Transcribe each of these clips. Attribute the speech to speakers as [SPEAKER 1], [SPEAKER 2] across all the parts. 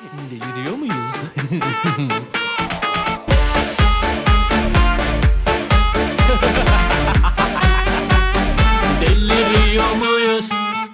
[SPEAKER 1] Deliriyor muyuz? Deliriyor muyuz?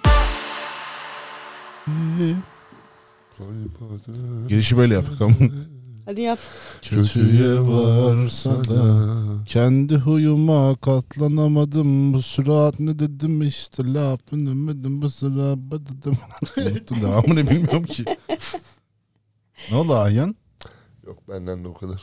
[SPEAKER 2] Girişi böyle yap.
[SPEAKER 3] Hadi yap.
[SPEAKER 2] Kötüye varsa da kendi huyuma katlanamadım. Bu sürat ne dedim işte laf demedim bu sıra dedim. Unuttum, devamını bilmiyorum ki. Ne oldu Ayhan?
[SPEAKER 4] Yok benden de o kadar.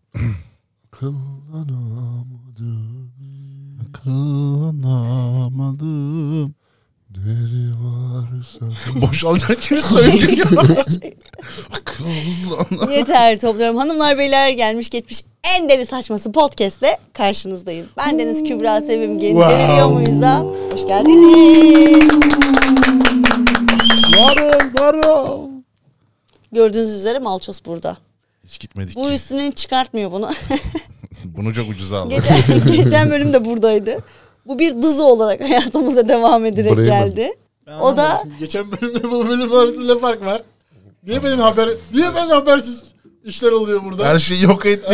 [SPEAKER 2] Akıllanamadım.
[SPEAKER 4] Deri varsa
[SPEAKER 2] Boşalacak gibi söylüyor. Akıllanamadım.
[SPEAKER 3] Yeter topluyorum. Hanımlar beyler, gelmiş geçmiş en deli saçması podcast'te karşınızdayım. Ben Deniz Kübra Sevimgin. Deliriyor muyuz'a? Hoş geldiniz.
[SPEAKER 2] Varım.
[SPEAKER 3] Gördüğünüz üzere Malços burada.
[SPEAKER 2] Hiç gitmedik
[SPEAKER 3] Bu
[SPEAKER 2] ki.
[SPEAKER 3] üstünü çıkartmıyor bunu.
[SPEAKER 2] Bunu çok ucuza aldım.
[SPEAKER 3] Geçen bölüm de buradaydı. Bu bir dızo olarak hayatımıza devam ederek
[SPEAKER 4] Bremen.
[SPEAKER 3] geldi. O da
[SPEAKER 5] geçen bölümde bu bölüm arasında fark var. Niye benim habersiz işler oluyor burada?
[SPEAKER 2] Her şeyi yok ettik.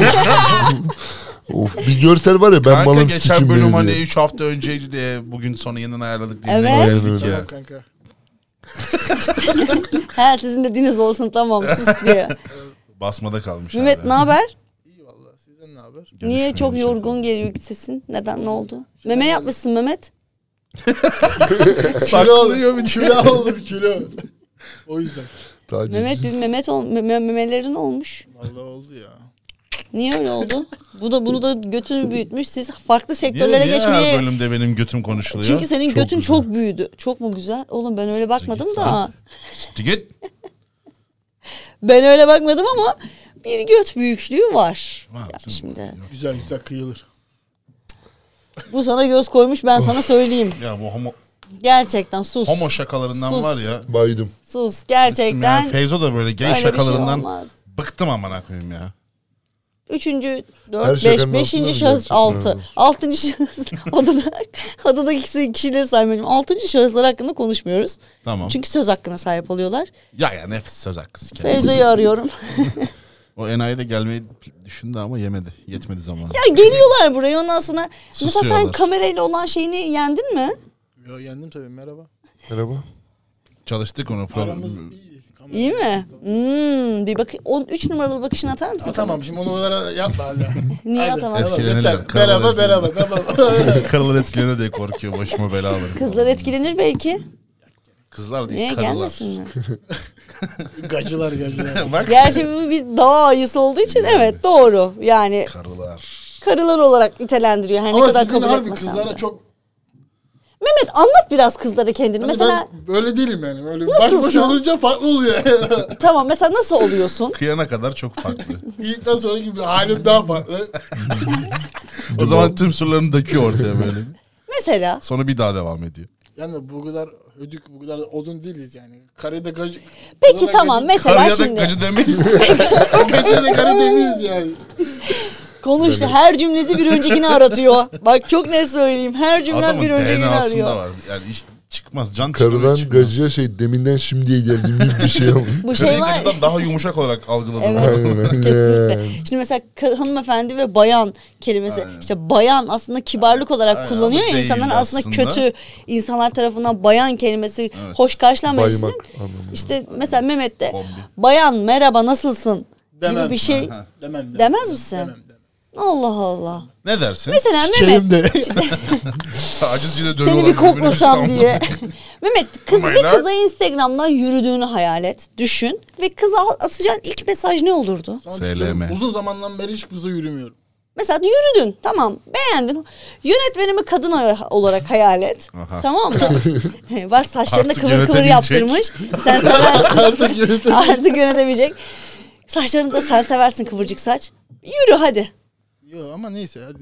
[SPEAKER 4] of, bir görsel var ya ben
[SPEAKER 2] Kanka
[SPEAKER 4] malım
[SPEAKER 2] geçen
[SPEAKER 4] sikim
[SPEAKER 2] bölüm
[SPEAKER 4] beni
[SPEAKER 2] hani
[SPEAKER 4] diye.
[SPEAKER 2] 3 hafta önceydi diye bugün sonu yeniden ayarladık diye.
[SPEAKER 3] Evet.
[SPEAKER 4] Aynen
[SPEAKER 2] Dedik
[SPEAKER 4] öyle.
[SPEAKER 2] ya.
[SPEAKER 5] Tamam kanka.
[SPEAKER 3] he sizin dediğiniz olsun tamam sus diye.
[SPEAKER 2] Basmada kalmış.
[SPEAKER 3] Mehmet
[SPEAKER 2] hala.
[SPEAKER 3] ne haber?
[SPEAKER 5] İyi valla. Sizden ne haber?
[SPEAKER 3] Niye çok
[SPEAKER 2] Görüşmemiş
[SPEAKER 3] yorgun geliyor sesin? Neden, ne oldu? Meme yapmışsın Mehmet.
[SPEAKER 2] Saklıyor bir
[SPEAKER 5] Kilo aldım kilo. O yüzden.
[SPEAKER 4] Taciz.
[SPEAKER 3] Mehmet bir memelerin olmuş.
[SPEAKER 5] Vallahi oldu ya.
[SPEAKER 3] Niye öyle oldu? Bunu da götünü büyütmüş. Siz farklı
[SPEAKER 2] Niye
[SPEAKER 3] sektörlere
[SPEAKER 2] her
[SPEAKER 3] geçmeye...
[SPEAKER 2] bölümde benim götüm konuşuluyor?
[SPEAKER 3] Çünkü senin
[SPEAKER 4] Çok
[SPEAKER 3] götün
[SPEAKER 4] güzel.
[SPEAKER 3] çok büyüdü. Çok mu güzel? Oğlum ben öyle bakmadım
[SPEAKER 2] git
[SPEAKER 3] da.
[SPEAKER 2] lan. Git.
[SPEAKER 3] Ben öyle bakmadım ama bir göt büyüklüğü var.
[SPEAKER 2] Var,
[SPEAKER 3] Ya
[SPEAKER 2] canım.
[SPEAKER 3] şimdi
[SPEAKER 5] Güzel güzel kıyılır.
[SPEAKER 3] bu sana göz koymuş, ben sana söyleyeyim.
[SPEAKER 2] Ya bu
[SPEAKER 3] Gerçekten sus.
[SPEAKER 2] homo şakalarından
[SPEAKER 3] Sus.
[SPEAKER 2] var ya.
[SPEAKER 4] Baydım.
[SPEAKER 3] Sus
[SPEAKER 2] Yani
[SPEAKER 3] gerçekten.
[SPEAKER 2] Feyzo da böyle gay
[SPEAKER 3] Öyle bir şey
[SPEAKER 2] şakalarından
[SPEAKER 3] olmaz.
[SPEAKER 2] bıktım amına koyayım ya.
[SPEAKER 3] Üçüncü,
[SPEAKER 4] Her
[SPEAKER 3] dört, beş,
[SPEAKER 4] şakanın
[SPEAKER 3] beşinci
[SPEAKER 4] altında
[SPEAKER 3] şahıs,
[SPEAKER 4] gerçekten
[SPEAKER 3] altı.
[SPEAKER 4] var.
[SPEAKER 3] Altıncı şahıs, adadaki kişileri saymayacağım. Altıncı şahıslar hakkında konuşmuyoruz.
[SPEAKER 2] Tamam.
[SPEAKER 3] Çünkü söz hakkına sahip oluyorlar.
[SPEAKER 2] Ya nefis söz hakkı sikerim.
[SPEAKER 3] Feyzo'yu arıyorum.
[SPEAKER 2] O enayi de gelmeyi düşündü ama yemedi. Yetmedi zamanı.
[SPEAKER 3] Ya geliyorlar buraya, ondan sonra mesela sen
[SPEAKER 2] Susuyorlar.
[SPEAKER 3] kamerayla olan şeyini yendin mi?
[SPEAKER 5] Yo yendim tabii, merhaba.
[SPEAKER 4] Merhaba.
[SPEAKER 2] Çalıştık onu.
[SPEAKER 5] Aramız iyi. Kamera-
[SPEAKER 3] İyi mi? Bir bak, 13 numaralı bakışını atar mısın?
[SPEAKER 5] Tamam şimdi onu onlara yapma hala.
[SPEAKER 3] Niye
[SPEAKER 5] Haydi.
[SPEAKER 3] atamazsın?
[SPEAKER 2] Etkilenirler.
[SPEAKER 5] Yeter.
[SPEAKER 2] Karalar
[SPEAKER 5] Merhaba
[SPEAKER 2] etkilenir.
[SPEAKER 5] tamam.
[SPEAKER 2] Karılar etkilenir diye korkuyor. Başıma bela alır.
[SPEAKER 3] Kızlar etkilenir belki.
[SPEAKER 2] Kızlar değil,
[SPEAKER 3] Niye
[SPEAKER 2] karılar.
[SPEAKER 3] gelmesin mi?
[SPEAKER 5] Gacılar.
[SPEAKER 2] Bak.
[SPEAKER 3] Gerçi bu bir dağ ayısı olduğu için evet doğru. Yani
[SPEAKER 2] Karılar.
[SPEAKER 3] karılar olarak nitelendiriyor her ne
[SPEAKER 5] Ama
[SPEAKER 3] kadar
[SPEAKER 5] sizin
[SPEAKER 3] kabul
[SPEAKER 5] harbi
[SPEAKER 3] etmesem
[SPEAKER 5] kızlara
[SPEAKER 3] de.
[SPEAKER 5] çok...
[SPEAKER 3] Mehmet anlat biraz kızlara kendini.
[SPEAKER 5] Hani
[SPEAKER 3] Mesela
[SPEAKER 5] ben böyle değilim yani. Öyle
[SPEAKER 3] Nasılsın?
[SPEAKER 5] baş başa olunca farklı oluyor.
[SPEAKER 3] tamam, mesela nasıl oluyorsun?
[SPEAKER 2] Kıyana kadar çok farklı.
[SPEAKER 5] İlkten sonraki bir halim daha farklı.
[SPEAKER 2] O zaman tüm sırlarını döküyor ortaya böyle.
[SPEAKER 3] Mesela
[SPEAKER 2] Sonra bir daha devam ediyor.
[SPEAKER 5] Yani bu kadar ödük, bu kadar odun değiliz yani. Karede gacı...
[SPEAKER 3] peki
[SPEAKER 5] kızlara
[SPEAKER 3] tamam
[SPEAKER 5] gacı-
[SPEAKER 3] mesela
[SPEAKER 2] Karıya da
[SPEAKER 3] şimdi
[SPEAKER 2] gacı demeyiz.
[SPEAKER 5] Gacıya da karı demeyiz yani.
[SPEAKER 3] konuştu, her cümlesi bir öncekini aratıyor. Bak çok net söyleyeyim, her cümlem
[SPEAKER 2] Adamın
[SPEAKER 3] bir öncekini
[SPEAKER 2] DNA'sında
[SPEAKER 3] arıyor.
[SPEAKER 2] var. Yani iş çıkmaz. Can çıkmaz.
[SPEAKER 4] Karıdan
[SPEAKER 2] çıkmaz.
[SPEAKER 4] gacıya deminden şimdiye geldiğim gibi bir şey olmuş.
[SPEAKER 3] Bu şey
[SPEAKER 2] Karıyı
[SPEAKER 3] var.
[SPEAKER 2] gacıdan daha yumuşak olarak algıladım.
[SPEAKER 3] Evet.
[SPEAKER 4] Aynen.
[SPEAKER 3] Kesinlikle. Şimdi mesela hanımefendi ve bayan kelimesi. İşte bayan aslında kibarlık olarak
[SPEAKER 2] Aynen,
[SPEAKER 3] kullanıyor
[SPEAKER 2] ama
[SPEAKER 3] ya,
[SPEAKER 2] değil
[SPEAKER 3] insanların aslında
[SPEAKER 2] aslında.
[SPEAKER 3] kötü, insanlar tarafından bayan kelimesi hoş karşılanmadığı için.
[SPEAKER 4] Baymak anlamında.
[SPEAKER 3] İşte mesela Mehmet de
[SPEAKER 2] Kombi.
[SPEAKER 3] bayan merhaba nasılsın
[SPEAKER 5] Demem.
[SPEAKER 3] gibi bir şey
[SPEAKER 5] Demem.
[SPEAKER 3] demez misin?
[SPEAKER 5] Demem.
[SPEAKER 3] Allah Allah.
[SPEAKER 2] Ne dersin?
[SPEAKER 3] Mesela Mehmet
[SPEAKER 5] Şeyim de.
[SPEAKER 2] Acizciyle dövüyorlar.
[SPEAKER 3] seni bir
[SPEAKER 2] birbirini
[SPEAKER 3] koklasam
[SPEAKER 2] İstanbul'da.
[SPEAKER 3] diye. Mehmet bir
[SPEAKER 2] Maylar.
[SPEAKER 3] kıza Instagram'dan yürüdüğünü hayal et. Düşün. Ve kıza atacağın ilk mesaj ne olurdu?
[SPEAKER 5] Sana
[SPEAKER 2] SLM.
[SPEAKER 5] söyleyeyim, uzun zamandan beri hiç kızla yürümüyorum.
[SPEAKER 3] Mesela yürüdün, tamam, beğendin. Yönetmenimi kadın olarak hayal et.
[SPEAKER 2] Aha.
[SPEAKER 3] Tamam mı? Bak saçlarını
[SPEAKER 2] Artık
[SPEAKER 3] kıvır kıvır
[SPEAKER 2] yönetebilecek.
[SPEAKER 3] yaptırmış. Sen seversin.
[SPEAKER 5] Artık yönetim.
[SPEAKER 3] Artık yönetemeyecek. Saçlarını da sen seversin, kıvırcık saç. Yürü hadi.
[SPEAKER 5] Yok ama neyse hadi.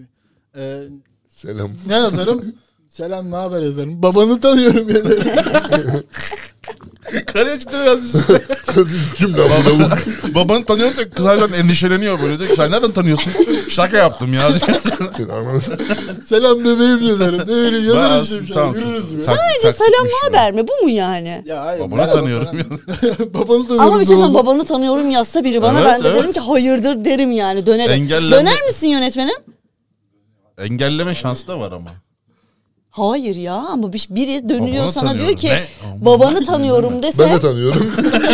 [SPEAKER 4] Selam.
[SPEAKER 5] Ne yazarım? Selam, ne haber yazarım. Babanı tanıyorum yazarım.
[SPEAKER 2] Karıya ciddi biraz
[SPEAKER 4] Kim lan bu lavuk?
[SPEAKER 2] babanı tanıyorum da kız harbiden endişeleniyor böyle. Diyor ki sen nereden tanıyorsun? Şaka yaptım ya.
[SPEAKER 4] Sen anladın.
[SPEAKER 5] Selam bebeğim yazarım. Ne bileyim yazarız işte bir şey.
[SPEAKER 2] Tamam.
[SPEAKER 5] Yürürüz mü?
[SPEAKER 3] Sadece selam haber mi? Bu mu yani?
[SPEAKER 5] Ya hayır.
[SPEAKER 2] Babanı
[SPEAKER 5] merhaba
[SPEAKER 2] tanıyorum.
[SPEAKER 5] falan. Babanı tanıyorum.
[SPEAKER 3] Ama bir şey
[SPEAKER 5] doğru.
[SPEAKER 3] söyleyeyim, babanı tanıyorum yazsa biri bana,
[SPEAKER 2] Evet,
[SPEAKER 3] ben de
[SPEAKER 2] evet.
[SPEAKER 3] derim ki hayırdır derim yani, dönerim.
[SPEAKER 2] Engelleme-
[SPEAKER 3] Döner misin yönetmenim?
[SPEAKER 2] Engelleme şansı da var ama.
[SPEAKER 3] Hayır ya, ama biri dönüyor
[SPEAKER 2] Babanı
[SPEAKER 3] sana
[SPEAKER 2] tanıyorum.
[SPEAKER 3] diyor ki
[SPEAKER 2] Ne?
[SPEAKER 3] babanı tanıyorum dese.
[SPEAKER 4] Ben de tanıyorum.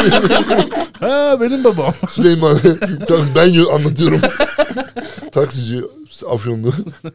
[SPEAKER 2] Ha benim babam.
[SPEAKER 4] Süleyman. Tabii ben anlatıyorum. Taksici Afyonlu.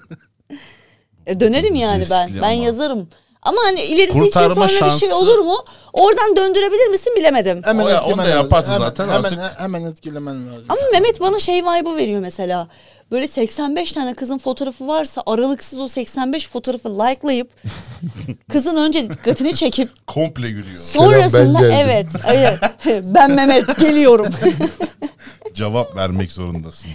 [SPEAKER 3] Dönerim yani ben.
[SPEAKER 2] Riskli
[SPEAKER 3] Ben
[SPEAKER 2] ama.
[SPEAKER 3] yazarım. Ama hani ilerisi
[SPEAKER 2] Kurtarma
[SPEAKER 3] için sonra bir şey
[SPEAKER 2] şansı-
[SPEAKER 3] olur mu? Oradan döndürebilir misin bilemedim.
[SPEAKER 5] Hemen
[SPEAKER 2] O ya,
[SPEAKER 5] etkilemen
[SPEAKER 2] onu da
[SPEAKER 5] lazım.
[SPEAKER 2] yaparsın
[SPEAKER 5] Hemen-
[SPEAKER 2] zaten
[SPEAKER 5] hemen,
[SPEAKER 2] artık.
[SPEAKER 5] Hemen etkilemen lazım.
[SPEAKER 3] Ama Mehmet bana şey vibe'ı veriyor mesela. Böyle 85 tane kızın fotoğrafı varsa aralıksız o 85 fotoğrafı like'layıp kızın önce dikkatini çekip
[SPEAKER 2] Komple gülüyor.
[SPEAKER 3] sonrasında
[SPEAKER 4] ben geldim.
[SPEAKER 3] evet ben Mehmet geliyorum.
[SPEAKER 2] Cevap vermek zorundasın.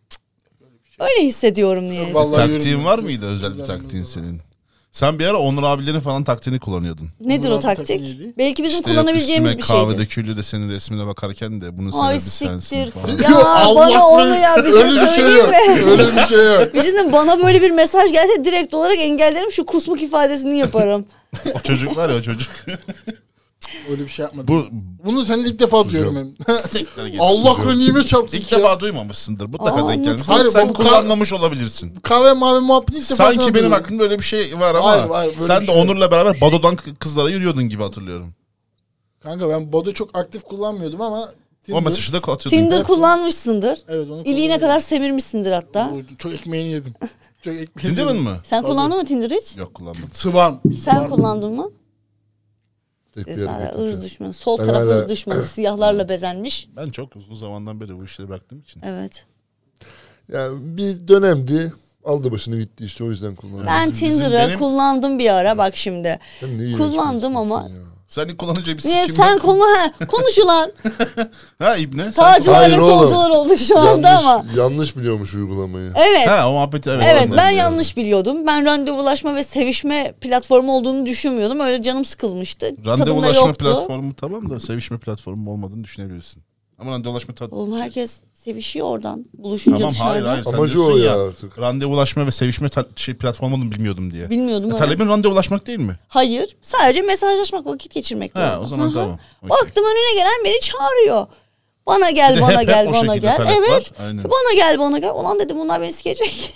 [SPEAKER 3] Öyle hissediyorum niye?
[SPEAKER 5] Vallahi
[SPEAKER 2] Taktiğin
[SPEAKER 5] yürüyorum.
[SPEAKER 2] var mıydı özel bir taktiğin senin? Sen bir ara Onur abilerin falan taktiğini kullanıyordun.
[SPEAKER 3] Nedir o
[SPEAKER 5] Onur abi
[SPEAKER 3] taktik?
[SPEAKER 5] taktiği
[SPEAKER 3] Belki bizim
[SPEAKER 2] İşte
[SPEAKER 3] kullanabileceğimiz
[SPEAKER 2] üstüme
[SPEAKER 3] bir şeydi.
[SPEAKER 2] kahve dökülüyor da senin resmine bakarken de bunun
[SPEAKER 3] Ay
[SPEAKER 2] sebebi sensin
[SPEAKER 3] siktir.
[SPEAKER 2] falan.
[SPEAKER 3] Ya
[SPEAKER 5] Allah
[SPEAKER 3] bana onu
[SPEAKER 5] korusun.
[SPEAKER 3] ya bir şey
[SPEAKER 5] Öyle bir şey
[SPEAKER 3] söyleyeyim
[SPEAKER 5] yok.
[SPEAKER 3] mi?
[SPEAKER 5] Öyle bir şey yok.
[SPEAKER 3] Bir şey söyleyeyim, bana böyle bir mesaj gelse direkt olarak engellerim, şu kusmuk ifadesini yaparım.
[SPEAKER 2] O çocuk var ya o çocuk.
[SPEAKER 5] Öyle bir şey yapmadım.
[SPEAKER 2] Bu
[SPEAKER 5] Bunu senin ilk defa duyuyorum hem.
[SPEAKER 2] siktir git.
[SPEAKER 5] Allah kroniğime çarpsın.
[SPEAKER 2] İlk
[SPEAKER 5] ya.
[SPEAKER 2] defa duymamışsındır. Mutlaka
[SPEAKER 3] Aa,
[SPEAKER 2] denk gelmiş.
[SPEAKER 5] Hayır,
[SPEAKER 2] Sen
[SPEAKER 5] bu
[SPEAKER 2] kullanmamış olabilirsin.
[SPEAKER 5] Kahve mavi muhabbeti ilk defa
[SPEAKER 2] Sanki
[SPEAKER 5] sana
[SPEAKER 2] benim
[SPEAKER 5] duyuyorum.
[SPEAKER 2] aklımda öyle bir şey var ama
[SPEAKER 5] Hayır, hayır, böyle
[SPEAKER 2] sen
[SPEAKER 5] bir
[SPEAKER 2] de
[SPEAKER 5] şey yok.
[SPEAKER 2] Onur'la beraber Bado'dan kızlara yürüyordun gibi hatırlıyorum.
[SPEAKER 5] Kanka ben Bodo çok aktif kullanmıyordum ama
[SPEAKER 2] O mesajı da atıyordun.
[SPEAKER 3] Tinder kullanmışsındır.
[SPEAKER 5] Evet, onu
[SPEAKER 3] İliğine
[SPEAKER 5] kullanıyorum.
[SPEAKER 3] kadar semirmişsindir hatta.
[SPEAKER 5] Çok ekmeğini yedim. Çok ekmeğini
[SPEAKER 2] Tinder'ın
[SPEAKER 5] yedim.
[SPEAKER 2] mı?
[SPEAKER 3] Sen kullandın mı Tinder hiç?
[SPEAKER 2] Yok kullanmadım.
[SPEAKER 5] Sıvam.
[SPEAKER 3] Sen kullandın mı?
[SPEAKER 4] Bekleyelim,
[SPEAKER 3] Sen
[SPEAKER 4] bekleyelim.
[SPEAKER 3] ırz düşmanı. Sol
[SPEAKER 4] Ben
[SPEAKER 3] taraf
[SPEAKER 4] hala-
[SPEAKER 3] ırz düşmanı. Siyahlarla bezenmiş.
[SPEAKER 2] Ben çok uzun zamandan beri bu işleri bıraktığım için.
[SPEAKER 3] Evet.
[SPEAKER 4] Yani bir dönemdi. Aldı başını gitti işte o yüzden kullanıyorum.
[SPEAKER 3] Ben Tinder'ı
[SPEAKER 2] benim-
[SPEAKER 3] kullandım bir ara, bak şimdi.
[SPEAKER 4] Sen ne iğrenç
[SPEAKER 3] kullandım
[SPEAKER 4] bir
[SPEAKER 3] ama-
[SPEAKER 4] insansın ya.
[SPEAKER 2] Sen ilk kullanınca bir
[SPEAKER 3] Niye
[SPEAKER 2] sikim
[SPEAKER 3] sen
[SPEAKER 2] yok.
[SPEAKER 3] konuş ulan.
[SPEAKER 2] Ha İbne. Sen
[SPEAKER 3] Sağcılar
[SPEAKER 4] Hayır
[SPEAKER 3] ve
[SPEAKER 4] oğlum.
[SPEAKER 3] solcular olduk şu anda ama.
[SPEAKER 4] Yanlış biliyormuş uygulamayı.
[SPEAKER 3] Evet.
[SPEAKER 2] Ha o muhabbeti evet.
[SPEAKER 3] Evet,
[SPEAKER 2] anladım.
[SPEAKER 3] ben yanlış biliyordum. Ben randevulaşma ve sevişme platformu olduğunu düşünmüyordum. Öyle canım sıkılmıştı. Tadım da
[SPEAKER 2] Randevulaşma
[SPEAKER 3] yoktu.
[SPEAKER 2] platformu tamam da sevişme platformu olmadığını düşünebilirsin. Ama randevulaşma
[SPEAKER 3] Oğlum herkes sevişiyor oradan. Buluşunca
[SPEAKER 2] Tamam
[SPEAKER 3] dışarıda.
[SPEAKER 2] hayır sen
[SPEAKER 4] Amacı
[SPEAKER 2] diyorsun
[SPEAKER 4] o
[SPEAKER 2] ya.
[SPEAKER 4] ya artık.
[SPEAKER 2] Randevulaşma ve sevişme platformu olduğunu bilmiyordum diye.
[SPEAKER 3] Bilmiyordum öyle.
[SPEAKER 2] Talebin randevulaşmak değil mi?
[SPEAKER 3] Hayır. Sadece mesajlaşmak, vakit geçirmek.
[SPEAKER 2] Ha
[SPEAKER 3] orada.
[SPEAKER 2] o zaman
[SPEAKER 3] Hı hı.
[SPEAKER 2] tamam. Okey.
[SPEAKER 3] Baktım önüne gelen beni çağırıyor. Bana
[SPEAKER 2] Bir
[SPEAKER 3] gel,
[SPEAKER 2] de
[SPEAKER 3] bana
[SPEAKER 2] hep
[SPEAKER 3] gel,
[SPEAKER 2] o
[SPEAKER 3] bana
[SPEAKER 2] şekilde
[SPEAKER 3] gel.
[SPEAKER 2] talep
[SPEAKER 3] Evet.
[SPEAKER 2] var, aynen.
[SPEAKER 3] Bana gel, bana gel. Ulan dedim bunlar beni sikecek.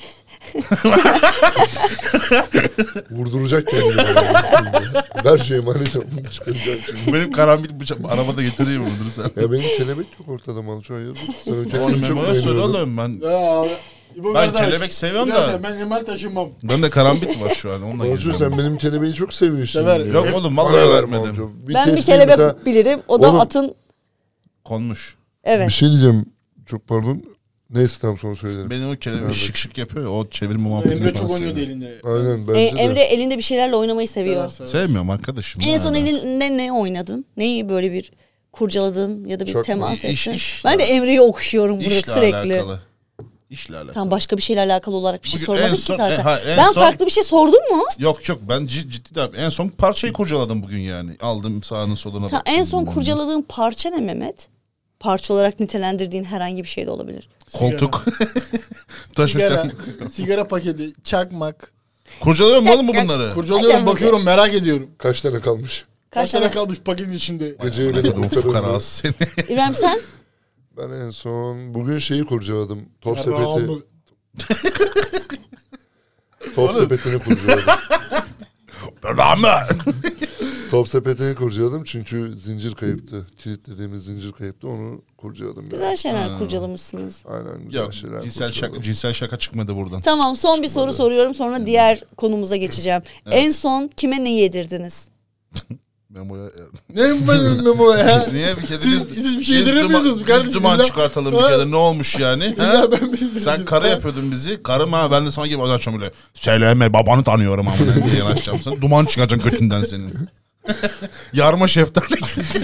[SPEAKER 4] Vurduracak kendini bana. Ver şu emaneti. Çıkaracak şimdi.
[SPEAKER 2] Benim karambit bıçak arabada getireyim onu sen.
[SPEAKER 4] Ya benim kelebek yok ortada Malço. Hayır. Sen o
[SPEAKER 2] Onu
[SPEAKER 4] kelebeği çok
[SPEAKER 2] Memo'ya söyle
[SPEAKER 4] beğeniyordun.
[SPEAKER 2] oğlum ben.
[SPEAKER 5] Ya abi. İbo
[SPEAKER 2] Ben
[SPEAKER 5] kardeş,
[SPEAKER 2] kelebek seviyorum
[SPEAKER 5] biraz
[SPEAKER 2] da.
[SPEAKER 5] ya, ben emel taşınmam.
[SPEAKER 2] Ben de karambit var şu an onunla
[SPEAKER 4] Malço
[SPEAKER 2] geziyorum.
[SPEAKER 4] sen benim kelebeği çok seviyorsun.
[SPEAKER 5] Sever.
[SPEAKER 4] ya.
[SPEAKER 2] Yok oğlum
[SPEAKER 4] Bana
[SPEAKER 2] vallahi
[SPEAKER 4] ver
[SPEAKER 2] vermedim.
[SPEAKER 4] Malço.
[SPEAKER 3] Ben bir
[SPEAKER 4] tespih
[SPEAKER 3] kelebek
[SPEAKER 4] mesela-
[SPEAKER 3] bilirim. O da
[SPEAKER 4] Oğlum-
[SPEAKER 3] atın.
[SPEAKER 2] Konmuş.
[SPEAKER 3] Evet.
[SPEAKER 4] Bir şey diyeceğim. Çok pardon. Neyse tamam sonra söylerim.
[SPEAKER 2] Benim o kelebek
[SPEAKER 4] Evet.
[SPEAKER 2] şık şık yapıyor ya, o çevirme muhabbetini
[SPEAKER 5] Emre çok
[SPEAKER 2] falan
[SPEAKER 5] oynuyordu
[SPEAKER 2] seviyorum.
[SPEAKER 5] elinde.
[SPEAKER 4] Aynen bence de.
[SPEAKER 3] Emre elinde bir şeylerle oynamayı seviyor.
[SPEAKER 5] Sever.
[SPEAKER 2] Sevmiyorum arkadaşım.
[SPEAKER 3] En
[SPEAKER 2] ya.
[SPEAKER 3] son elinde ne oynadın? Neyi böyle bir kurcaladın ya da bir
[SPEAKER 4] Çok
[SPEAKER 3] temas
[SPEAKER 2] İş-
[SPEAKER 3] ettin?
[SPEAKER 2] iş-
[SPEAKER 3] Ben de Emre'yi okşuyorum burada
[SPEAKER 2] İşle
[SPEAKER 3] sürekli.
[SPEAKER 2] alakalı. İşle alakalı.
[SPEAKER 3] Tam başka bir şeyle alakalı olarak bir şey
[SPEAKER 2] Bugün
[SPEAKER 3] sormadım
[SPEAKER 2] en
[SPEAKER 3] ki
[SPEAKER 2] son-
[SPEAKER 3] zaten.
[SPEAKER 2] en
[SPEAKER 3] Ben
[SPEAKER 2] son-
[SPEAKER 3] farklı bir şey sordum mu?
[SPEAKER 2] Yok ben ciddi de en son parçayı kurcaladım bugün yani. Aldım sağını soluna.
[SPEAKER 3] Ta, en son kurcaladığın parça ne Mehmet? Parça olarak nitelendirdiğin herhangi bir şey de olabilir.
[SPEAKER 2] Koltuk.
[SPEAKER 5] Sigara,
[SPEAKER 2] Taşırken.
[SPEAKER 5] sigara paketi, çakmak.
[SPEAKER 2] Kurcalıyor mu oğlum bu bunları?
[SPEAKER 5] Kurcalıyorum,
[SPEAKER 3] Hadi
[SPEAKER 5] bakıyorum, merak ediyorum.
[SPEAKER 4] Kaç tane kalmış?
[SPEAKER 5] Kaç tane kalmış paketin içinde?
[SPEAKER 4] Geceyi
[SPEAKER 2] Ne
[SPEAKER 4] beni
[SPEAKER 2] bu fukarası seni.
[SPEAKER 3] İbrahim sen?
[SPEAKER 4] Ben en son bugün şeyi kurcaladım. Top
[SPEAKER 5] Yarrağımı.
[SPEAKER 4] sepeti. Top sepetini kurcaladım.
[SPEAKER 2] Rama.
[SPEAKER 4] Top sepetini kurcaladım çünkü zincir kayıptı. Kilitlediğimiz zincir kayıptı. Onu kurcaladım.
[SPEAKER 3] Güzel şeyler kurcalamışsınız.
[SPEAKER 4] Aynen güzel
[SPEAKER 2] Yok
[SPEAKER 4] şeyler
[SPEAKER 2] cinsel şaka çıkmadı buradan.
[SPEAKER 3] Tamam, son bir soru soruyorum, sonra diğer konumuza geçeceğim. En son kime ne yedirdiniz?
[SPEAKER 2] Memo'ya.
[SPEAKER 5] Ne benim Memo ya?
[SPEAKER 2] Niye bir kere
[SPEAKER 5] Siz bir şey yediremiyorsunuz kardeşim.
[SPEAKER 2] duman
[SPEAKER 5] İlla-
[SPEAKER 2] çıkartalım bir
[SPEAKER 5] Ha?
[SPEAKER 2] kere ne olmuş yani?
[SPEAKER 5] İlla
[SPEAKER 2] Ha?
[SPEAKER 5] ben bilmiyorum.
[SPEAKER 2] Sen kara yapıyordun bizi. Karım ha ben de sana gibi açacağım böyle. Söyleme babanı tanıyorum amına diye yanaşacağım sana. Duman çıkacak götünden senin. Yarma şeftali.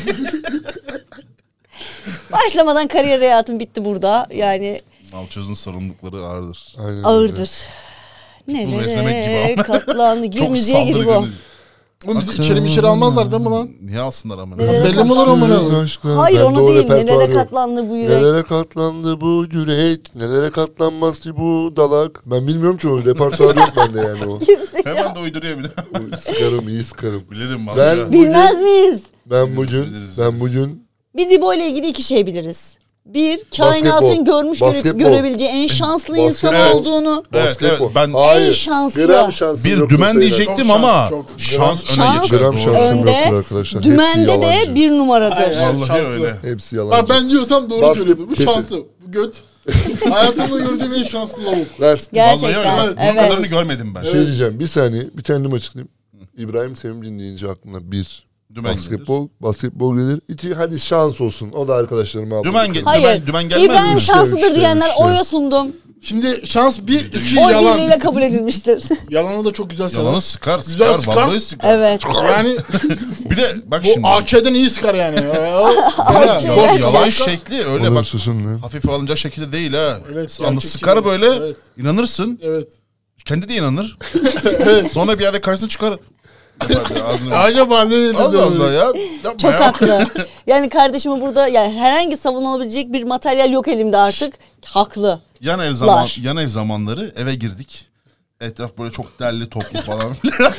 [SPEAKER 3] Başlamadan kariyer hayatım bitti burada. Yani
[SPEAKER 2] Malçoz'un sorumlulukları ağırdır.
[SPEAKER 4] Aynen öyle.
[SPEAKER 3] ağırdır.
[SPEAKER 2] beslemek gibi
[SPEAKER 3] Nelere
[SPEAKER 2] ama.
[SPEAKER 3] katlandı. Gir
[SPEAKER 2] Çok
[SPEAKER 3] müziğe gir bu.
[SPEAKER 2] saldırgan.
[SPEAKER 5] Oğlum bizi içeri almazlar değil mi lan?
[SPEAKER 2] Niye alsınlar amına?
[SPEAKER 3] Nelere
[SPEAKER 5] Belli mi olur amına?
[SPEAKER 3] Hayır
[SPEAKER 4] Bende
[SPEAKER 3] onu
[SPEAKER 4] o
[SPEAKER 3] değil.
[SPEAKER 4] repertuar
[SPEAKER 3] Nelere
[SPEAKER 4] yok.
[SPEAKER 3] katlandı bu yürek.
[SPEAKER 4] Nelere katlandı bu yürek, nelere katlanmaz ki bu dalak. Ben bilmiyorum ki o repertuar yok bende yani o.
[SPEAKER 2] Hemen de uyduruyor bir de.
[SPEAKER 4] O sıkarım, iyi sıkarım.
[SPEAKER 2] Bilirim
[SPEAKER 4] Ben-
[SPEAKER 2] vallahi.
[SPEAKER 3] Bilmez miyiz?
[SPEAKER 4] Ben bugün
[SPEAKER 3] Biz İbo ile ilgili 2 şey biliriz. Bir, kainatın
[SPEAKER 4] Basketbol.
[SPEAKER 3] görmüş
[SPEAKER 4] Basketbol.
[SPEAKER 3] görebileceği en şanslı insan
[SPEAKER 4] Basketbol.
[SPEAKER 3] olduğunu.
[SPEAKER 2] Evet,
[SPEAKER 4] basketbol.
[SPEAKER 2] evet, ben-
[SPEAKER 4] Hayır,
[SPEAKER 3] En şanslı.
[SPEAKER 4] gram şansım
[SPEAKER 2] Bir
[SPEAKER 4] yok
[SPEAKER 2] dümen
[SPEAKER 4] mesela.
[SPEAKER 2] diyecektim
[SPEAKER 5] Çok
[SPEAKER 2] ama
[SPEAKER 5] çok.
[SPEAKER 2] şans öne
[SPEAKER 3] Şans
[SPEAKER 2] geçiyor.
[SPEAKER 4] Gram
[SPEAKER 2] Doğru.
[SPEAKER 4] şansım
[SPEAKER 3] önde,
[SPEAKER 4] yoktur arkadaşlar.
[SPEAKER 3] Dümende
[SPEAKER 4] Hepsi
[SPEAKER 3] de
[SPEAKER 4] yalancı.
[SPEAKER 3] bir numaradır.
[SPEAKER 5] Hayır, hayır.
[SPEAKER 2] Vallahi
[SPEAKER 5] Şanslı.
[SPEAKER 2] öyle.
[SPEAKER 4] Hepsi yalancı.
[SPEAKER 5] Bak ben diyorsam doğru
[SPEAKER 4] Basket
[SPEAKER 5] söylüyordu. Bu
[SPEAKER 4] kesin.
[SPEAKER 5] şanslı. Bu göt. Hayatımda gördüğüm en şanslı lavuk.
[SPEAKER 4] Ben
[SPEAKER 3] Gerçekten.
[SPEAKER 2] Vallahi öyle. Bunun
[SPEAKER 3] Evet.
[SPEAKER 2] kadarını görmedim ben.
[SPEAKER 4] şey diyeceğim. Bir saniye. Bir kendim açıklayayım. İbrahim Sevimcin deyince aklına bir
[SPEAKER 2] Dümen
[SPEAKER 4] basketbol gelir. İki hadi şans olsun. O da arkadaşlarıma aldı.
[SPEAKER 2] Dümen gelir.
[SPEAKER 3] Hayır.
[SPEAKER 2] Dümen gelmez
[SPEAKER 3] İbrahim
[SPEAKER 2] mi?
[SPEAKER 3] şanslıdır
[SPEAKER 4] İşte,
[SPEAKER 3] diyenler
[SPEAKER 4] işte.
[SPEAKER 3] oya sundum.
[SPEAKER 5] Şimdi şans 1, 2
[SPEAKER 3] Oy
[SPEAKER 5] yalan.
[SPEAKER 3] birliğiyle kabul edilmiştir.
[SPEAKER 5] Yalanı da çok güzel sever.
[SPEAKER 2] Yalanı sıkar,
[SPEAKER 5] Güzel
[SPEAKER 2] sıkar,
[SPEAKER 5] sıkar.
[SPEAKER 2] vallahi sıkar.
[SPEAKER 3] Evet.
[SPEAKER 5] Yani
[SPEAKER 2] Bir de bak
[SPEAKER 5] bu
[SPEAKER 2] şimdi.
[SPEAKER 5] AK'den iyi sıkar yani.
[SPEAKER 3] AK.
[SPEAKER 2] Yalan
[SPEAKER 3] Başka-
[SPEAKER 2] şekli öyle
[SPEAKER 4] Oğlum
[SPEAKER 2] bak.
[SPEAKER 4] susun lan.
[SPEAKER 2] Hafife alınacak şekilde değil ha.
[SPEAKER 5] Evet,
[SPEAKER 2] Anı
[SPEAKER 5] gerçekçi
[SPEAKER 2] sıkar
[SPEAKER 5] bir-
[SPEAKER 2] böyle.
[SPEAKER 5] Evet.
[SPEAKER 2] İnanırsın.
[SPEAKER 5] Evet.
[SPEAKER 2] Kendi de inanır. Sonra bir yerde karşısına çıkar. Yapar ya, ağzını-
[SPEAKER 5] Acaba ne dedi?
[SPEAKER 2] Allah Allah ya. Yapma
[SPEAKER 3] Çok
[SPEAKER 2] ya.
[SPEAKER 3] haklı. Yani kardeşimi burada yani herhangi savunabilecek bir materyal yok elimde artık. Haklı.
[SPEAKER 2] Yan ev zamanları eve girdik. Etraf böyle çok derli toplu falan filan.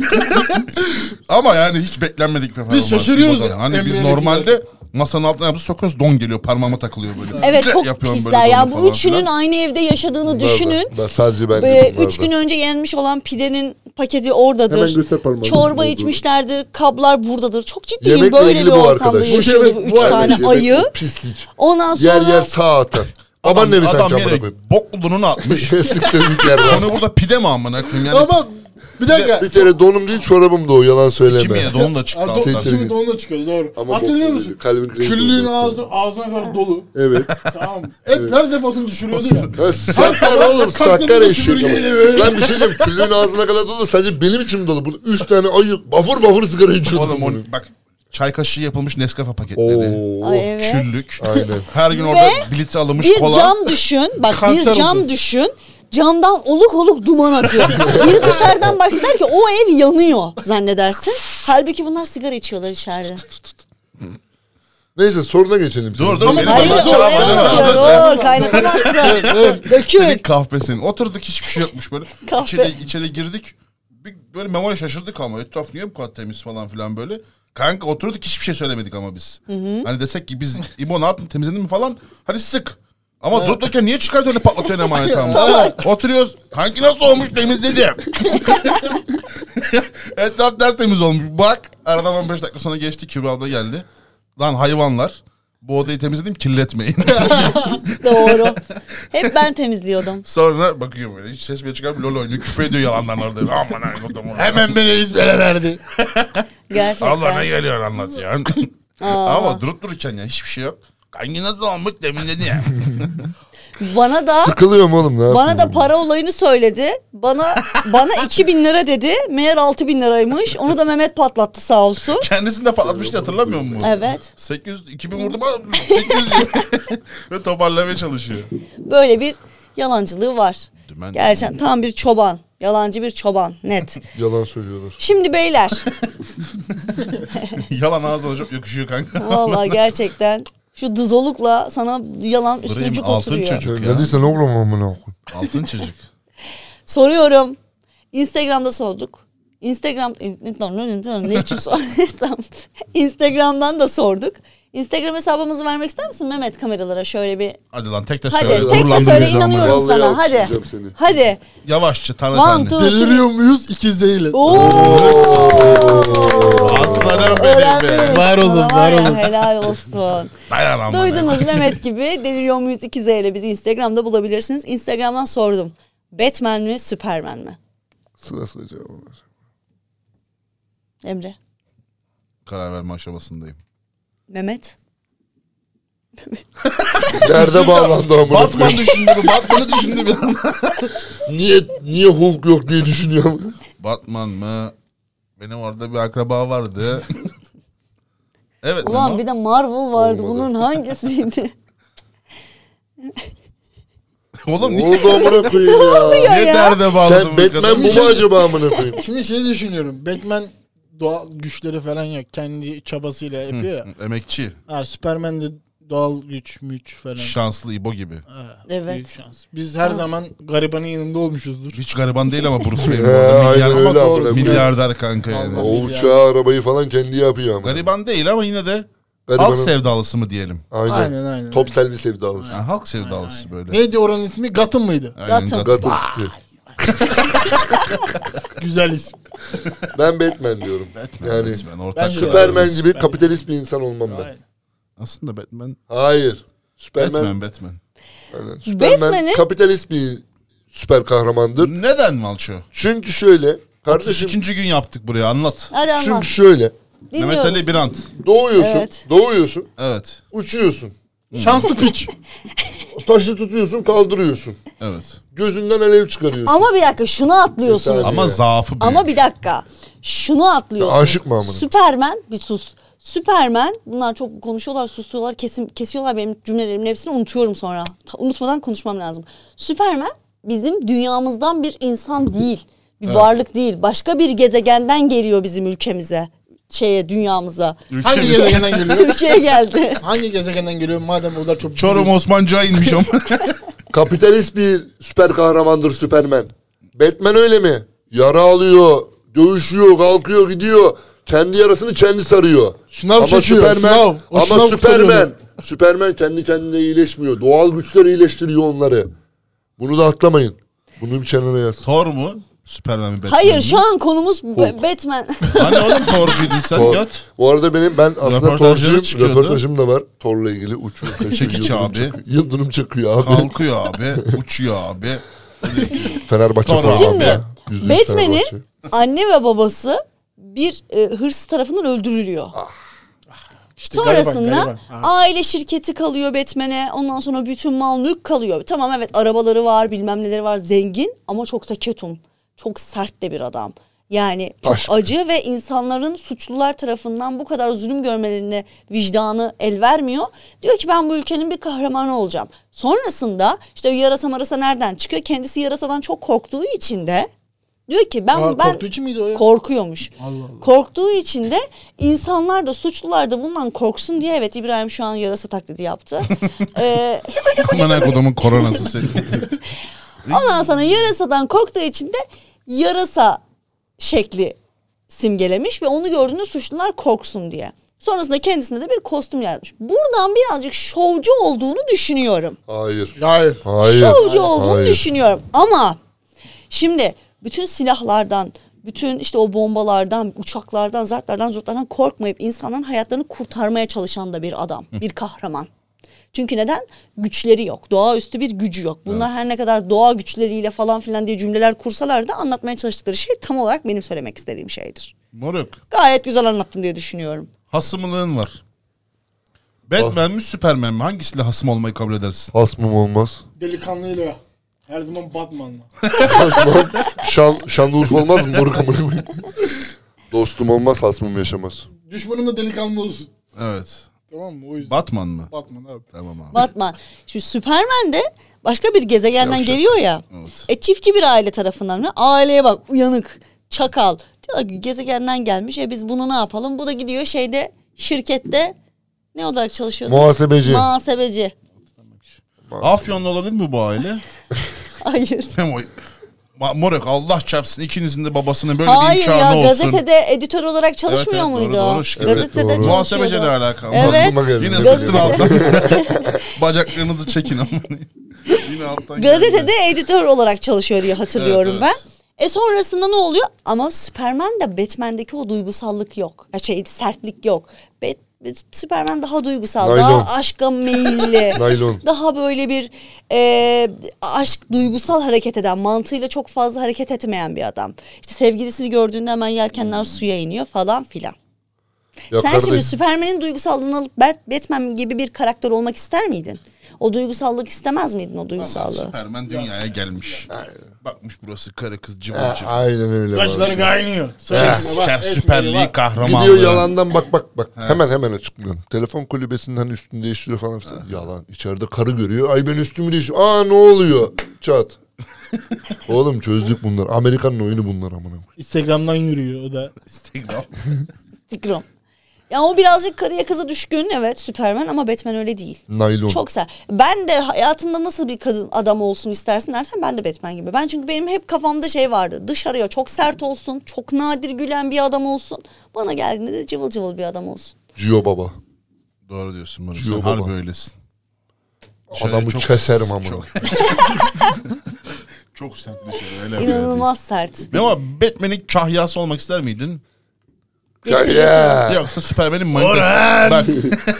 [SPEAKER 2] Ama yani hiç beklenmedik bir performans.
[SPEAKER 5] şaşırıyoruz
[SPEAKER 2] İbo'dan. Hani biz
[SPEAKER 5] Emre'yle
[SPEAKER 2] normalde masanın altına yapıp sokuyoruz, don geliyor, parmağıma takılıyor böyle.
[SPEAKER 3] Evet çok
[SPEAKER 2] Yapıyorum
[SPEAKER 3] pisler.
[SPEAKER 2] böyle
[SPEAKER 3] Yani
[SPEAKER 2] donu
[SPEAKER 3] bu
[SPEAKER 2] falan
[SPEAKER 3] üçünün
[SPEAKER 2] filan.
[SPEAKER 3] aynı evde yaşadığını düşünün.
[SPEAKER 4] Ben sadece ben
[SPEAKER 3] Ve
[SPEAKER 4] dedim,
[SPEAKER 3] 3 gün
[SPEAKER 4] var.
[SPEAKER 3] önce yenmiş olan pidenin paketi oradadır.
[SPEAKER 4] Hemen göster parmağını.
[SPEAKER 3] Çorba
[SPEAKER 4] Oldu.
[SPEAKER 3] içmişlerdir. Kablar buradadır. Çok ciddiyim.
[SPEAKER 4] Yemekle
[SPEAKER 3] Böyle
[SPEAKER 4] ilgili
[SPEAKER 3] bir
[SPEAKER 4] bu
[SPEAKER 3] ortamda
[SPEAKER 4] arkadaş.
[SPEAKER 3] yaşıyor
[SPEAKER 5] Bu
[SPEAKER 3] bu
[SPEAKER 5] şey-
[SPEAKER 3] 3
[SPEAKER 5] bu
[SPEAKER 3] tane
[SPEAKER 5] arkadaş,
[SPEAKER 4] Yemek
[SPEAKER 3] ayı.
[SPEAKER 4] bu pislik.
[SPEAKER 3] Ondan sonra
[SPEAKER 4] Yer sağ atan. Baban nevi sen
[SPEAKER 2] Adam
[SPEAKER 4] çamura
[SPEAKER 2] yere
[SPEAKER 4] koyayım.
[SPEAKER 2] boklu donunu atmış.
[SPEAKER 4] Siktir git yerden.
[SPEAKER 2] Onu burada pide mi amına koyayım yani.
[SPEAKER 5] Ama bir dakika.
[SPEAKER 4] Bir kere donum değil çorabım da o yalan söyleme.
[SPEAKER 2] Sikim ye donum da çıktı
[SPEAKER 5] Ha,
[SPEAKER 2] alttan.
[SPEAKER 5] Şimdi donla çıkıyordu doğru.
[SPEAKER 4] Ama
[SPEAKER 5] Hatırlıyor
[SPEAKER 4] bok
[SPEAKER 5] musun?
[SPEAKER 4] böyle, kalbin kırık
[SPEAKER 5] Küllüğün
[SPEAKER 4] oldu.
[SPEAKER 5] ağzına kadar dolu.
[SPEAKER 4] Evet.
[SPEAKER 5] Tamam. Hep her defasını düşürüyordu ya.
[SPEAKER 4] Ha, Sakkar oğlum sakkar
[SPEAKER 5] Kalktığımda
[SPEAKER 4] eşek ama.
[SPEAKER 5] süpürgeyle böyle.
[SPEAKER 4] Lan bir şey diyeyim küllüğün ağzına kadar dolu sadece benim için mi dolu? Burada 3 tane ayı bafur bafur sigara içiyordu.
[SPEAKER 2] Oğlum
[SPEAKER 4] bunun.
[SPEAKER 2] bak çay kaşığı yapılmış Nescafe paketleri.
[SPEAKER 4] Oo.
[SPEAKER 3] Ay, evet.
[SPEAKER 2] Küllük.
[SPEAKER 4] Aynen.
[SPEAKER 2] Her gün
[SPEAKER 3] Ve
[SPEAKER 2] orada bir litre alınmış
[SPEAKER 3] bir
[SPEAKER 2] kola.
[SPEAKER 3] cam düşün. Bak
[SPEAKER 5] Kanser
[SPEAKER 3] bir cam
[SPEAKER 5] olacağız.
[SPEAKER 3] düşün. Camdan oluk oluk duman akıyor. Biri dışarıdan baksa der ki o ev yanıyor zannedersin. Halbuki bunlar sigara içiyorlar içeride.
[SPEAKER 4] Neyse soruna geçelim.
[SPEAKER 2] Dur, dur,
[SPEAKER 4] Ama
[SPEAKER 2] benim-
[SPEAKER 3] Hayır
[SPEAKER 2] Dur,
[SPEAKER 3] oraya
[SPEAKER 2] dur,
[SPEAKER 3] atıyor. Dur kaynatamazsın. Dökül.
[SPEAKER 2] Senin kahvesin. Oturduk hiçbir şey yokmuş böyle.
[SPEAKER 3] Kahve.
[SPEAKER 2] İçeri girdik. Böyle memori şaşırdık ama etraf niye bu kadar temiz falan filan böyle. Kanka oturduk hiçbir şey söylemedik ama biz. Hani desek ki biz İbo ne yaptın temizledin mi falan. Hadi sık. Ama durup dururken niye çıkartıyor öyle patlatıyor emaneti ama. Oturuyoruz. Kanki nasıl olmuş temizledim. Etraf tertemiz olmuş. Bak aradan 15 dakika sonra geçti Kübra abla geldi. Lan hayvanlar. Bu odayı temizledim kirletmeyin.
[SPEAKER 3] Doğru. Hep ben temizliyordum.
[SPEAKER 2] Sonra bakıyor böyle hiç ses bile çıkarmıyor. LOL oynuyor küfür ediyor yalandan orada. Aman Allah'ım.
[SPEAKER 5] Hemen beni izlere verdi.
[SPEAKER 2] Allah ne
[SPEAKER 3] Gerçekten.
[SPEAKER 2] geliyor anlat ya. Ama durup dururken ya hiçbir şey yok. Kanki nasıl olmuş temizledi ya.
[SPEAKER 4] Sıkılıyorum oğlum ne
[SPEAKER 3] Bana da
[SPEAKER 4] yapayım?
[SPEAKER 3] para olayını söyledi. Bana 2000 lira dedi. Meğer 6000 liraymış. Onu da Mehmet patlattı sağ olsun.
[SPEAKER 2] Kendisini de patlatmıştı hatırlamıyor musun?
[SPEAKER 3] Evet.
[SPEAKER 2] 2000 vurdum ama 800 ve toparlamaya çalışıyor.
[SPEAKER 3] Böyle bir yalancılığı var.
[SPEAKER 2] Dümen.
[SPEAKER 3] Gerçekten tam bir çoban. Yalancı bir çoban. Net.
[SPEAKER 4] Yalan söylüyorlar.
[SPEAKER 3] Şimdi beyler.
[SPEAKER 2] Yalan ağzına çok yakışıyor kanka.
[SPEAKER 3] Vallahi gerçekten şu dızolukla sana yalan üstüncük
[SPEAKER 2] altın
[SPEAKER 3] oturuyor.
[SPEAKER 2] çocuk.
[SPEAKER 4] Ne diysen oğlum amına koyayım.
[SPEAKER 2] Altın çocuk.
[SPEAKER 3] Soruyorum. Instagram'da sorduk. Ne için soruyorsam. Instagram'dan da sorduk. Instagram hesabımızı vermek ister misin Mehmet kameralara şöyle bir.
[SPEAKER 2] Hadi lan tek de
[SPEAKER 3] Hadi
[SPEAKER 2] söyle.
[SPEAKER 3] tek de
[SPEAKER 2] Gururlandır
[SPEAKER 3] söyle
[SPEAKER 2] bizi amına.
[SPEAKER 3] inanıyorum
[SPEAKER 4] Vallahi
[SPEAKER 3] sana. Hadi.
[SPEAKER 4] alkışlayacağım seni.
[SPEAKER 3] Hadi.
[SPEAKER 2] Yavaşça tane
[SPEAKER 3] One,
[SPEAKER 2] tane.
[SPEAKER 3] two, three.
[SPEAKER 5] Deliriyor muyuz ikiziyle?
[SPEAKER 3] Oo!
[SPEAKER 2] Aslanım benim
[SPEAKER 3] Öğrendim.
[SPEAKER 2] be.
[SPEAKER 5] Var olun,
[SPEAKER 3] Sana
[SPEAKER 5] var
[SPEAKER 3] ya,
[SPEAKER 5] olun.
[SPEAKER 3] Helal olsun.
[SPEAKER 2] Dayan amına.
[SPEAKER 3] Duydunuz Mehmet gibi Deliriyor muyuz 2Z ile bizi Instagram'da bulabilirsiniz. Instagram'dan sordum. Batman mi Superman mi?
[SPEAKER 4] Sıra sıra cevap ver.
[SPEAKER 3] Emre.
[SPEAKER 2] Karar verme aşamasındayım.
[SPEAKER 3] Mehmet.
[SPEAKER 4] Nerede bağlandı amına
[SPEAKER 2] Batman
[SPEAKER 4] koyayım?
[SPEAKER 2] düşündü bu. Batman'ı düşündü bir anda.
[SPEAKER 4] Niye Hulk yok diye düşünüyorum.
[SPEAKER 2] Batman mı? Benim orada bir akraba vardı. Evet.
[SPEAKER 3] Ulan
[SPEAKER 2] Memo.
[SPEAKER 3] bir de Marvel vardı.
[SPEAKER 4] Olmadı.
[SPEAKER 3] Bunun hangisiydi?
[SPEAKER 2] Oğlum
[SPEAKER 4] Ne
[SPEAKER 2] niye,
[SPEAKER 4] oldu amına koyayım ya?
[SPEAKER 3] ya?
[SPEAKER 2] niye derde bağladın
[SPEAKER 4] Sen Batman bu mu acaba amına koyayım?
[SPEAKER 5] Şimdi şey düşünüyorum. Batman doğal güçleri falan yok. Kendi çabasıyla yapıyor ya.
[SPEAKER 2] Emekçi.
[SPEAKER 5] Ha, Superman de doğal güç falan.
[SPEAKER 2] Şanslı İbo gibi.
[SPEAKER 5] Ha,
[SPEAKER 3] Evet.
[SPEAKER 5] büyük şans. Biz her zaman garibanın yanında olmuşuzdur.
[SPEAKER 2] Hiç gariban değil ama Bruce Wayne bu arada.
[SPEAKER 4] Aynen
[SPEAKER 2] Milyar,
[SPEAKER 4] öyle
[SPEAKER 2] ama
[SPEAKER 4] amına koyayım.
[SPEAKER 2] milyarder kanka yani.
[SPEAKER 5] Allah.
[SPEAKER 4] O uçağı arabayı falan kendi yapıyor ama.
[SPEAKER 2] Gariban değil ama yine de
[SPEAKER 4] Garibanın-
[SPEAKER 2] halk sevdalısı mı diyelim?
[SPEAKER 5] Aynen.
[SPEAKER 4] Top selvi sevdalısı.
[SPEAKER 2] Yani halk sevdalısı böyle.
[SPEAKER 5] Neydi oranın ismi? Gotham mıydı?
[SPEAKER 2] Aynen,
[SPEAKER 3] Gotham.
[SPEAKER 2] Gotham.
[SPEAKER 4] Gotham City.
[SPEAKER 5] Güzel isim.
[SPEAKER 4] Ben Batman diyorum. Yani
[SPEAKER 2] Batman, ortak
[SPEAKER 5] Bence de.
[SPEAKER 4] Superman gibi
[SPEAKER 5] Ben-
[SPEAKER 4] kapitalist bir insan olmam ben.
[SPEAKER 5] Aynen.
[SPEAKER 2] Aslında Batman.
[SPEAKER 4] Hayır. Superman,
[SPEAKER 2] Batman.
[SPEAKER 4] aynen. Superman
[SPEAKER 3] Batman'in-
[SPEAKER 4] kapitalist bir süper kahramandır.
[SPEAKER 2] Neden Malço?
[SPEAKER 4] Çünkü şöyle kardeşim,
[SPEAKER 2] 32. gün yaptık buraya, anlat.
[SPEAKER 3] Hadi anlat.
[SPEAKER 4] çünkü şöyle
[SPEAKER 2] Mehmet
[SPEAKER 3] Dinliyoruz.
[SPEAKER 2] Ali Birant.
[SPEAKER 3] Evet.
[SPEAKER 4] doğuyorsun,
[SPEAKER 2] Evet.
[SPEAKER 4] uçuyorsun.
[SPEAKER 5] Şanslı piç.
[SPEAKER 4] Taşı tutuyorsun, kaldırıyorsun.
[SPEAKER 2] Evet.
[SPEAKER 4] Gözünden alev çıkarıyorsun.
[SPEAKER 3] Ama bir dakika şunu atlıyorsunuz.
[SPEAKER 4] Bir
[SPEAKER 2] Ama
[SPEAKER 4] Evet.
[SPEAKER 2] zaafı büyük.
[SPEAKER 3] Ama bir dakika. Şunu atlıyorsunuz.
[SPEAKER 4] Aşık mı amına?
[SPEAKER 3] Superman bir sus. Superman bunlar çok konuşuyorlar, susuyorlar, kesiyorlar benim cümlelerimin hepsini unutuyorum sonra. Unutmadan konuşmam lazım. Superman bizim dünyamızdan bir insan değil. Bir varlık değil. Başka bir gezegenden geliyor bizim ülkemize. Dünyamıza.
[SPEAKER 5] Hangi
[SPEAKER 2] Ülkemiz.
[SPEAKER 5] gezegenden geliyor?
[SPEAKER 3] Türkiye'ye geldi.
[SPEAKER 5] Hangi gezegenden geliyor madem o kadar çok...
[SPEAKER 2] Çorum Osmancık'a inmiş ama.
[SPEAKER 4] Kapitalist bir süper kahramandır Superman. Batman öyle mi? Yara alıyor, dövüşüyor, kalkıyor, gidiyor. Kendi yarasını kendi sarıyor.
[SPEAKER 5] Şınav çekiyor, şınav. O
[SPEAKER 4] Ama
[SPEAKER 5] şınav
[SPEAKER 4] Superman kendi kendine iyileşmiyor. Doğal güçler iyileştiriyor onları. Bunu da atlamayın. Bunu bir kenara yaz.
[SPEAKER 2] Thor mu? Superman mi Batman
[SPEAKER 3] Hayır
[SPEAKER 2] mi?
[SPEAKER 3] şu an konumuz Batman.
[SPEAKER 2] Hani oğlum Thor'cuydun sen
[SPEAKER 4] Thor.
[SPEAKER 2] göt.
[SPEAKER 4] Bu arada ben aslında
[SPEAKER 2] Röportajları
[SPEAKER 4] Thor'cuyum.
[SPEAKER 2] çıkıyordu.
[SPEAKER 4] Röportajım da var. Thor'la ilgili uçuyor. kaçıyor,
[SPEAKER 2] Çekiç
[SPEAKER 4] yıldırım
[SPEAKER 2] abi.
[SPEAKER 4] çakıyor. Yıldırım çakıyor abi.
[SPEAKER 2] Kalkıyor abi. Uçuyor abi.
[SPEAKER 4] Fenerbahçe
[SPEAKER 2] Thor
[SPEAKER 4] falan
[SPEAKER 3] Şimdi
[SPEAKER 4] ya. %100
[SPEAKER 3] Batman'in
[SPEAKER 4] Fenerbahçe.
[SPEAKER 3] anne ve babası bir hırsız tarafından öldürülüyor.
[SPEAKER 5] İşte
[SPEAKER 3] Sonrasında
[SPEAKER 5] gariban. Ha.
[SPEAKER 3] aile şirketi kalıyor Batman'e. Ondan sonra bütün mal mülk kalıyor. Tamam evet arabaları var, bilmem neleri var, zengin ama çok da ketum. Çok sert de bir adam. Yani çok
[SPEAKER 4] Aşk.
[SPEAKER 3] acı ve insanların suçlular tarafından bu kadar zulüm görmelerine vicdanı el vermiyor. Diyor ki ben bu ülkenin bir kahramanı olacağım. Sonrasında işte yarasa marasa nereden çıkıyor? Kendisi yarasadan çok korktuğu için de diyor ki ben
[SPEAKER 5] Korktuğu için miydi o ya?
[SPEAKER 3] korkuyormuş.
[SPEAKER 5] Allah Allah.
[SPEAKER 3] Korktuğu için de insanlar da suçlular da bundan korksun diye evet İbrahim şu an yarasa taklidi yaptı.
[SPEAKER 2] Aman kodumun koronası senin.
[SPEAKER 3] Ondan sonra yarasadan korktuğu için de yarasa şekli simgelemiş ve onu gördüğünde suçlular korksun diye. Sonrasında kendisine de bir kostüm yaratmış. Buradan birazcık şovcu olduğunu düşünüyorum.
[SPEAKER 4] Hayır.
[SPEAKER 5] Hayır.
[SPEAKER 4] Hayır.
[SPEAKER 3] Şovcu olduğunu
[SPEAKER 4] Hayır.
[SPEAKER 3] düşünüyorum. Ama şimdi bütün silahlardan, bütün işte o bombalardan, uçaklardan, zartlardan, zurtlardan korkmayıp insanların hayatlarını kurtarmaya çalışan da bir adam, bir kahraman. Çünkü neden? Güçleri yok. Doğaüstü bir gücü yok. Bunlar her ne kadar doğa güçleriyle falan filan diye cümleler kursalar da anlatmaya çalıştıkları şey tam olarak benim söylemek istediğim şeydir.
[SPEAKER 2] Moruk.
[SPEAKER 3] Gayet güzel anlattım diye düşünüyorum.
[SPEAKER 2] Hasımlığın var. Batman mi Superman mi? Hangisiyle hasım olmayı kabul edersin?
[SPEAKER 4] Hasmım olmaz.
[SPEAKER 5] Delikanlıyla. Her zaman Batman'la.
[SPEAKER 4] Şanlıurfa olmaz mı? Moruk amına koyayım. Dostum olmaz, hasmım yaşamaz.
[SPEAKER 5] Düşmanım da delikanlı olsun.
[SPEAKER 2] Evet.
[SPEAKER 5] Tamam mı? O yüzden.
[SPEAKER 2] Batman mı?
[SPEAKER 5] Batman abi.
[SPEAKER 2] Tamam abi.
[SPEAKER 3] Batman. Şimdi Superman de başka bir gezegenden
[SPEAKER 4] Yavşak.
[SPEAKER 3] geliyor ya.
[SPEAKER 2] Evet.
[SPEAKER 3] Çiftçi bir aile tarafından. Aileye bak uyanık, çakal. Diyor ki gezegenden gelmiş. Biz bunu ne yapalım? Bu da gidiyor şirkette ne olarak çalışıyor?
[SPEAKER 4] Muhasebeci.
[SPEAKER 3] Muhasebeci.
[SPEAKER 2] Afyonlu olabilir mi bu aile?
[SPEAKER 3] Hayır.
[SPEAKER 2] Hem o... Moruk Allah çarpsın ikinizin de babasının böyle bir
[SPEAKER 3] Hayır
[SPEAKER 2] imkanı
[SPEAKER 3] ya
[SPEAKER 2] olsun.
[SPEAKER 3] gazetede editör olarak çalışmıyor
[SPEAKER 2] Evet,
[SPEAKER 3] muydu?
[SPEAKER 2] doğru, şirket.
[SPEAKER 3] Gazetede
[SPEAKER 4] Evet, doğru.
[SPEAKER 3] çalışıyordu.
[SPEAKER 2] Muhasebeci ne alakalı?
[SPEAKER 3] Evet.
[SPEAKER 4] Aklıma geldi.
[SPEAKER 2] Yine
[SPEAKER 3] Gazetede-
[SPEAKER 2] sıktın alttan. Bacaklarınızı çekin ama. Yine alttan
[SPEAKER 3] Gazetede
[SPEAKER 2] geldi.
[SPEAKER 3] editör olarak çalışıyor diye hatırlıyorum
[SPEAKER 2] Evet,
[SPEAKER 3] ben. Sonrasında ne oluyor? Ama Superman'de Batman'deki o duygusallık yok. Sertlik yok. Superman daha duygusal,
[SPEAKER 4] Naylon.
[SPEAKER 3] daha aşka meyilli.
[SPEAKER 4] Naylon.
[SPEAKER 3] Daha böyle bir aşk duygusal hareket eden, mantığıyla çok fazla hareket etmeyen bir adam. İşte sevgilisini gördüğünde hemen yelkenler suya iniyor falan filan.
[SPEAKER 4] Ya
[SPEAKER 3] Sen
[SPEAKER 4] kardeş,
[SPEAKER 3] şimdi Superman'in duygusallığını alıp Batman gibi bir karakter olmak ister miydin? O duygusallık istemez miydin o
[SPEAKER 2] Ama
[SPEAKER 3] duygusallığı?
[SPEAKER 2] Superman dünyaya gelmiş. Bakmış burası karı kız cıvıl cıvıl.
[SPEAKER 4] aynen öyle.
[SPEAKER 5] Kaşları
[SPEAKER 4] var.
[SPEAKER 5] kaynıyor.
[SPEAKER 2] Siker Süper Lig kahramanlığı.
[SPEAKER 4] Gidiyor yalandan bak. Hemen açıklıyorum. Telefon kulübesinin hani üstünü değiştiriyor falan. Yalan. İçeride karı görüyor. Ay ben üstümü değiştiriyorum. Aa ne oluyor? Çat. Oğlum çözdük bunlar. Amerikan'ın oyunu bunlar amına koyayım.
[SPEAKER 5] Instagram'dan yürüyor o da.
[SPEAKER 2] Instagram.
[SPEAKER 3] Tikrom. Ya o birazcık karıya kıza düşkün, evet, Süperman, ama Batman öyle değil.
[SPEAKER 4] Naylon.
[SPEAKER 3] Çok ser. Ben de hayatında nasıl bir kadın adam olsun istersin dersen ben de Batman gibi. Ben çünkü benim hep kafamda şey vardı. Dışarıya çok sert olsun, çok nadir gülen bir adam olsun. Bana geldiğinde de cıvıl cıvıl bir adam olsun.
[SPEAKER 4] Cio baba.
[SPEAKER 2] Doğru diyorsun Barış.
[SPEAKER 4] Cio
[SPEAKER 2] Sen
[SPEAKER 4] baba.
[SPEAKER 2] harbi öylesin.
[SPEAKER 4] Adamı keserim amına.
[SPEAKER 2] Çok, çok sert dışarı. Öyle
[SPEAKER 3] İnanılmaz sert.
[SPEAKER 2] Ne ama Batman'in kahyası olmak ister miydin?
[SPEAKER 4] Ya.
[SPEAKER 2] Yoksa Superman'in manitası. Bak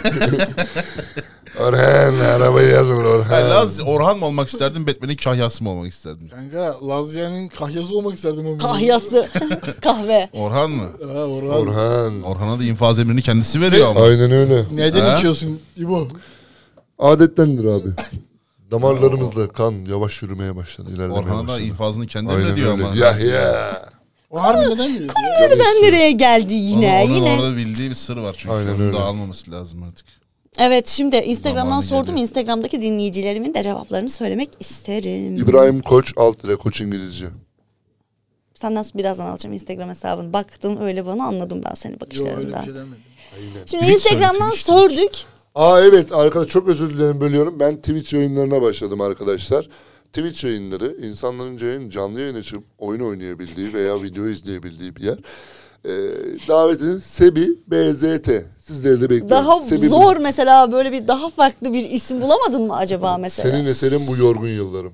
[SPEAKER 4] Orhan arabayı yazın Orhan.
[SPEAKER 2] Laz Orhan mı olmak isterdin, Batman'in kahyası mı olmak isterdin?
[SPEAKER 5] Kanka Lazya'nın kahyası olmak isterdim. Onu.
[SPEAKER 3] Kahyası. Kahve.
[SPEAKER 2] Orhan mı?
[SPEAKER 5] Ha, Orhan.
[SPEAKER 4] Orhan.
[SPEAKER 2] Orhan'a da infaz emrini kendisi veriyor ama.
[SPEAKER 4] Aynen öyle.
[SPEAKER 5] Neden
[SPEAKER 2] Ha?
[SPEAKER 5] içiyorsun İbo?
[SPEAKER 4] Adettendir abi. Damarlarımızda kan yavaş yürümeye başladı. İlerlemeye
[SPEAKER 2] Orhan'a da
[SPEAKER 4] başladı.
[SPEAKER 2] infazını kendi
[SPEAKER 4] Aynen
[SPEAKER 2] emrediyor
[SPEAKER 4] öyle.
[SPEAKER 2] ama.
[SPEAKER 4] Ya.
[SPEAKER 5] O harbi neden yürüyor?
[SPEAKER 3] Nereden nereye geldi yine?
[SPEAKER 2] Onun
[SPEAKER 3] Yine.
[SPEAKER 2] orada bildiği bir sır var çünkü.
[SPEAKER 4] Aynen
[SPEAKER 2] Onun
[SPEAKER 4] öyle.
[SPEAKER 2] da almaması lazım artık.
[SPEAKER 3] Evet, şimdi Instagram'dan
[SPEAKER 2] Zamanı
[SPEAKER 3] sordum.
[SPEAKER 2] geliyor.
[SPEAKER 3] Instagram'daki dinleyicilerimin de cevaplarını söylemek isterim.
[SPEAKER 4] İbrahim Koç Koç İngilizce.
[SPEAKER 3] Senden birazdan alacağım Instagram hesabını. Baktın öyle bana, anladım ben seni
[SPEAKER 5] Yok öyle
[SPEAKER 3] bakışlarından.
[SPEAKER 5] bir şey demedim.
[SPEAKER 3] Şimdi
[SPEAKER 2] Twitch
[SPEAKER 3] Instagram'dan
[SPEAKER 2] söyle,
[SPEAKER 3] sorduk.
[SPEAKER 4] Aa evet arkadaşlar çok özür dilerim bölüyorum. Ben Twitch yayınlarına başladım arkadaşlar. Twitch yayınları insanların canlı yayına çıkıp oyun oynayabildiği veya video izleyebildiği bir yer. Davet edin. Sebi BZT. Sizleri de bekliyorum.
[SPEAKER 3] Daha
[SPEAKER 4] Sebi
[SPEAKER 3] zor mesela, böyle bir daha farklı bir isim bulamadın mı acaba mesela?
[SPEAKER 4] Senin eserin bu yorgun yıllarım.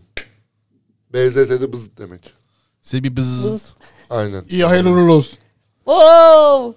[SPEAKER 4] BZT'de bızıt demek.
[SPEAKER 2] Sebi bız.
[SPEAKER 3] Bız.
[SPEAKER 4] Aynen.
[SPEAKER 5] İyi hayırlı uğurlu olsun.
[SPEAKER 3] Wow!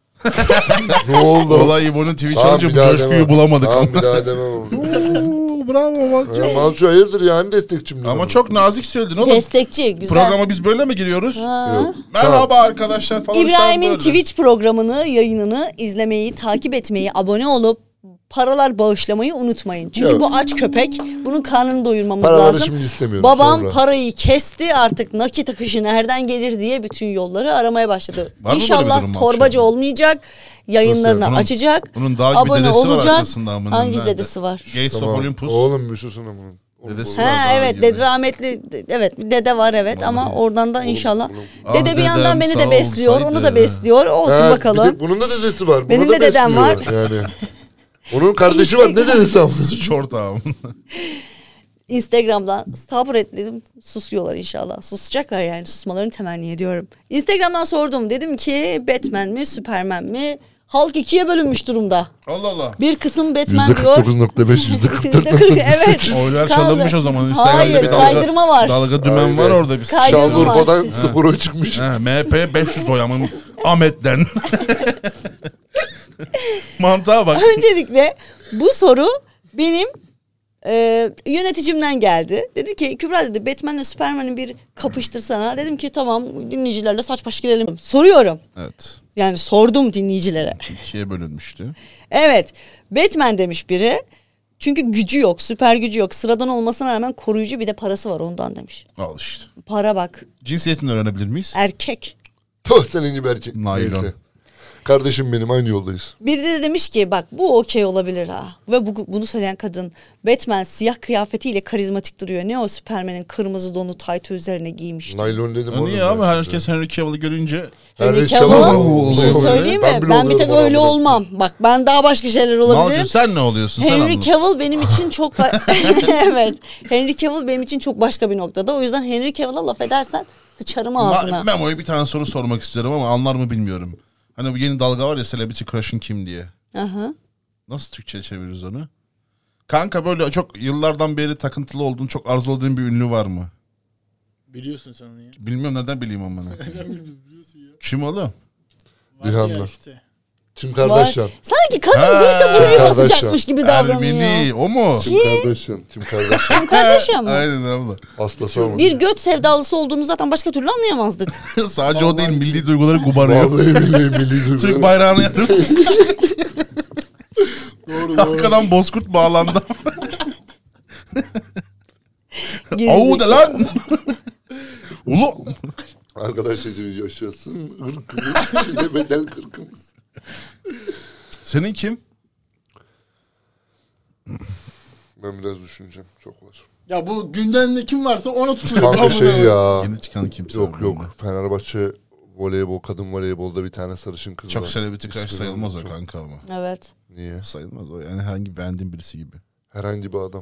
[SPEAKER 4] Ne oldu?
[SPEAKER 2] Olay İbo'nun Twitch
[SPEAKER 4] Tamam,
[SPEAKER 2] olunca
[SPEAKER 4] bir
[SPEAKER 2] bu
[SPEAKER 4] daha
[SPEAKER 2] coşkuyu
[SPEAKER 4] demem.
[SPEAKER 2] bulamadık.
[SPEAKER 4] Tamam bir daha demem oğlum.
[SPEAKER 2] Bravo Malço.
[SPEAKER 4] Malço hayırdır yani destekçim.
[SPEAKER 2] Ama çok nazik söyledin oğlum.
[SPEAKER 3] Destekçi, güzel.
[SPEAKER 2] Programa biz böyle mi giriyoruz?
[SPEAKER 4] Yok.
[SPEAKER 2] Merhaba arkadaşlar falan.
[SPEAKER 3] İbrahim'in
[SPEAKER 2] sen böyle.
[SPEAKER 3] Twitch programını, yayınını izlemeyi, takip etmeyi, abone olup paralar bağışlamayı unutmayın. Çünkü
[SPEAKER 4] Yok.
[SPEAKER 3] bu aç köpek. Bunun karnını doyurmamız
[SPEAKER 4] Paraları
[SPEAKER 3] lazım.
[SPEAKER 4] şimdi istemiyorum.
[SPEAKER 3] Babam
[SPEAKER 4] sonra.
[SPEAKER 3] parayı kesti, artık nakit akışı nereden gelir diye bütün yolları aramaya başladı.
[SPEAKER 2] Var mı böyle bir
[SPEAKER 3] İnşallah
[SPEAKER 2] durum
[SPEAKER 3] torbacı
[SPEAKER 2] Malço?
[SPEAKER 3] olmayacak. Yayınlarını
[SPEAKER 2] Bunun-
[SPEAKER 3] açacak.
[SPEAKER 2] Bunun daha bir
[SPEAKER 3] abone
[SPEAKER 2] dedesi
[SPEAKER 3] olacak.
[SPEAKER 2] var arkasında amının.
[SPEAKER 3] Hangi
[SPEAKER 2] Nerede?
[SPEAKER 3] dedesi var?
[SPEAKER 2] Gates of
[SPEAKER 4] Tamam.
[SPEAKER 2] Olympus.
[SPEAKER 4] Oğlum müsüsün ama.
[SPEAKER 2] Dedesi
[SPEAKER 3] Ha
[SPEAKER 2] var daha
[SPEAKER 3] evet,
[SPEAKER 2] gibi.
[SPEAKER 3] dede rahmetli, evet bir dede var evet, ama oradan da inşallah.
[SPEAKER 2] Ah
[SPEAKER 3] Dede bir yandan
[SPEAKER 2] dedem
[SPEAKER 3] beni
[SPEAKER 2] sağ
[SPEAKER 3] de besliyor, onu
[SPEAKER 2] olsaydı.
[SPEAKER 3] da besliyor. Olsun bakalım.
[SPEAKER 4] Bunun da dedesi var. Bunu
[SPEAKER 3] Benim
[SPEAKER 4] da
[SPEAKER 3] de dedem
[SPEAKER 4] besliyor Yani. Onun kardeşi var. Ne dedesi ama?
[SPEAKER 2] Suç ortağım.
[SPEAKER 3] Instagram'dan sabır et dedim, susuyorlar inşallah. Susacaklar yani, susmalarını temenni ediyorum. Instagram'dan sordum, dedim ki Batman mi Superman mi? Halk ikiye bölünmüş durumda.
[SPEAKER 2] Allah Allah.
[SPEAKER 3] Bir kısım Batman diyor.
[SPEAKER 4] %49.5,
[SPEAKER 3] %40, evet.
[SPEAKER 2] Oylar
[SPEAKER 3] Kaldı.
[SPEAKER 2] çalınmış o zaman. Instagram'da
[SPEAKER 3] Hayır,
[SPEAKER 2] bir
[SPEAKER 3] kaydırma var.
[SPEAKER 2] Dalga dümen
[SPEAKER 4] Aynen.
[SPEAKER 2] var orada bir.
[SPEAKER 3] Kaydırma var.
[SPEAKER 4] Şanlıurfa'dan 0 oy çıkmış.
[SPEAKER 2] MHP 500 oy ama Ahmet'ten. Mantığa bak.
[SPEAKER 3] Öncelikle bu soru benim yöneticimden geldi. Dedi ki Kübra dedi, Batman'le Superman'i bir kapıştırsana. Dedim ki tamam, dinleyicilerle saç baş girelim. Soruyorum.
[SPEAKER 2] Evet.
[SPEAKER 3] Yani sordum dinleyicilere.
[SPEAKER 2] İkiye bölünmüştü.
[SPEAKER 3] Evet, Batman demiş biri. Çünkü gücü yok, süper gücü yok. Sıradan olmasına rağmen koruyucu, bir de parası var ondan demiş.
[SPEAKER 2] Al işte.
[SPEAKER 3] Para bak.
[SPEAKER 2] Cinsiyetini öğrenebilir miyiz?
[SPEAKER 3] Erkek.
[SPEAKER 4] Tuh senin gibi erkek.
[SPEAKER 2] Naylon.
[SPEAKER 4] Neyse. Kardeşim benim aynı yoldayız.
[SPEAKER 3] Biri de demiş ki bak bu okey olabilir ha. Ve bunu söyleyen kadın, Batman siyah kıyafetiyle karizmatik duruyor. Ne o Superman'in kırmızı donu taytı üzerine giymiş.
[SPEAKER 4] Naylon dedim.
[SPEAKER 2] Ya
[SPEAKER 4] oğlum
[SPEAKER 2] niye
[SPEAKER 4] ben
[SPEAKER 2] abi?
[SPEAKER 4] size.
[SPEAKER 2] Herkes Henry Cavill'ı görünce
[SPEAKER 3] Henry
[SPEAKER 4] Henry
[SPEAKER 3] Cavill,
[SPEAKER 4] Cavill
[SPEAKER 3] bir şey
[SPEAKER 2] oluyor.
[SPEAKER 3] söyleyeyim mi?
[SPEAKER 4] Ben bile
[SPEAKER 3] Ben bir tek
[SPEAKER 4] oluyorum
[SPEAKER 3] öyle
[SPEAKER 4] abi.
[SPEAKER 3] olmam. Bak ben daha başka şeyler
[SPEAKER 2] Malcı
[SPEAKER 3] olabilirim.
[SPEAKER 2] sen ne oluyorsun? Sen
[SPEAKER 3] Henry
[SPEAKER 2] anlat.
[SPEAKER 3] Cavill benim için çok evet. Henry Cavill benim için çok başka bir noktada. O yüzden Henry Cavill'a laf edersen sıçarım ağzına.
[SPEAKER 2] Memo'ya bir tane soru sormak istiyorum ama anlar mı bilmiyorum. Hani bu yeni dalga var ya, Celebrity Crush'ın kim diye.
[SPEAKER 3] Aha.
[SPEAKER 2] Nasıl Türkçe'ye çeviririz onu? Kanka böyle çok yıllardan beri takıntılı olduğun, çok arzuladığın bir ünlü var mı?
[SPEAKER 5] Biliyorsun sen onu ya.
[SPEAKER 2] Bilmiyorum, nereden bileyim ama.
[SPEAKER 5] Biliyorsun ya.
[SPEAKER 2] Kim oğlum?
[SPEAKER 5] Var ya
[SPEAKER 4] Rihanna.
[SPEAKER 5] işte.
[SPEAKER 4] Kim
[SPEAKER 3] Var.
[SPEAKER 4] Kardashian.
[SPEAKER 3] Sanki kadın
[SPEAKER 2] Ha,
[SPEAKER 3] duysa burayı
[SPEAKER 4] Kardashian.
[SPEAKER 3] basacakmış gibi davranıyor.
[SPEAKER 2] Ermeni, o mu?
[SPEAKER 4] Kim Kardashian. Kim Kardashian.
[SPEAKER 3] Kim Kardashian mı?
[SPEAKER 2] Aynen abla.
[SPEAKER 4] Hastası ama.
[SPEAKER 3] Bir göt sevdalısı olduğunu zaten başka türlü anlayamazdık.
[SPEAKER 2] Sadece o değil, milli duyguları kubarıyor.
[SPEAKER 4] Vallahi milli
[SPEAKER 2] Türk
[SPEAKER 4] duyguları.
[SPEAKER 2] bayrağını yatırıp
[SPEAKER 5] Doğru doğru.
[SPEAKER 2] arkadan bozkurt bağlandı.
[SPEAKER 3] Gerizekalı.
[SPEAKER 2] Avu da lan. Ulu.
[SPEAKER 4] Arkadaşlar yaşasın ırkımız. Şimdi bedel kırkımız.
[SPEAKER 2] Senin kim?
[SPEAKER 4] Ben biraz düşüneceğim. Çok var.
[SPEAKER 5] Ya bu gündemde kim varsa ona tutuyor.
[SPEAKER 4] Kanka
[SPEAKER 5] Tam
[SPEAKER 4] şey
[SPEAKER 5] bunu-
[SPEAKER 4] ya.
[SPEAKER 2] Yeni çıkan kimse
[SPEAKER 4] Yok
[SPEAKER 2] var
[SPEAKER 4] yok.
[SPEAKER 2] bunda.
[SPEAKER 4] Fenerbahçe voleybol, kadın voleybolda bir tane sarışın kız
[SPEAKER 2] Çok
[SPEAKER 4] var.
[SPEAKER 2] selebriti karşı
[SPEAKER 4] İstiyorum
[SPEAKER 2] sayılmaz o
[SPEAKER 4] çok.
[SPEAKER 2] kanka ama.
[SPEAKER 3] Evet.
[SPEAKER 4] Niye?
[SPEAKER 2] Sayılmaz o, yani herhangi beğendiğim birisi gibi.
[SPEAKER 4] Herhangi bir adam.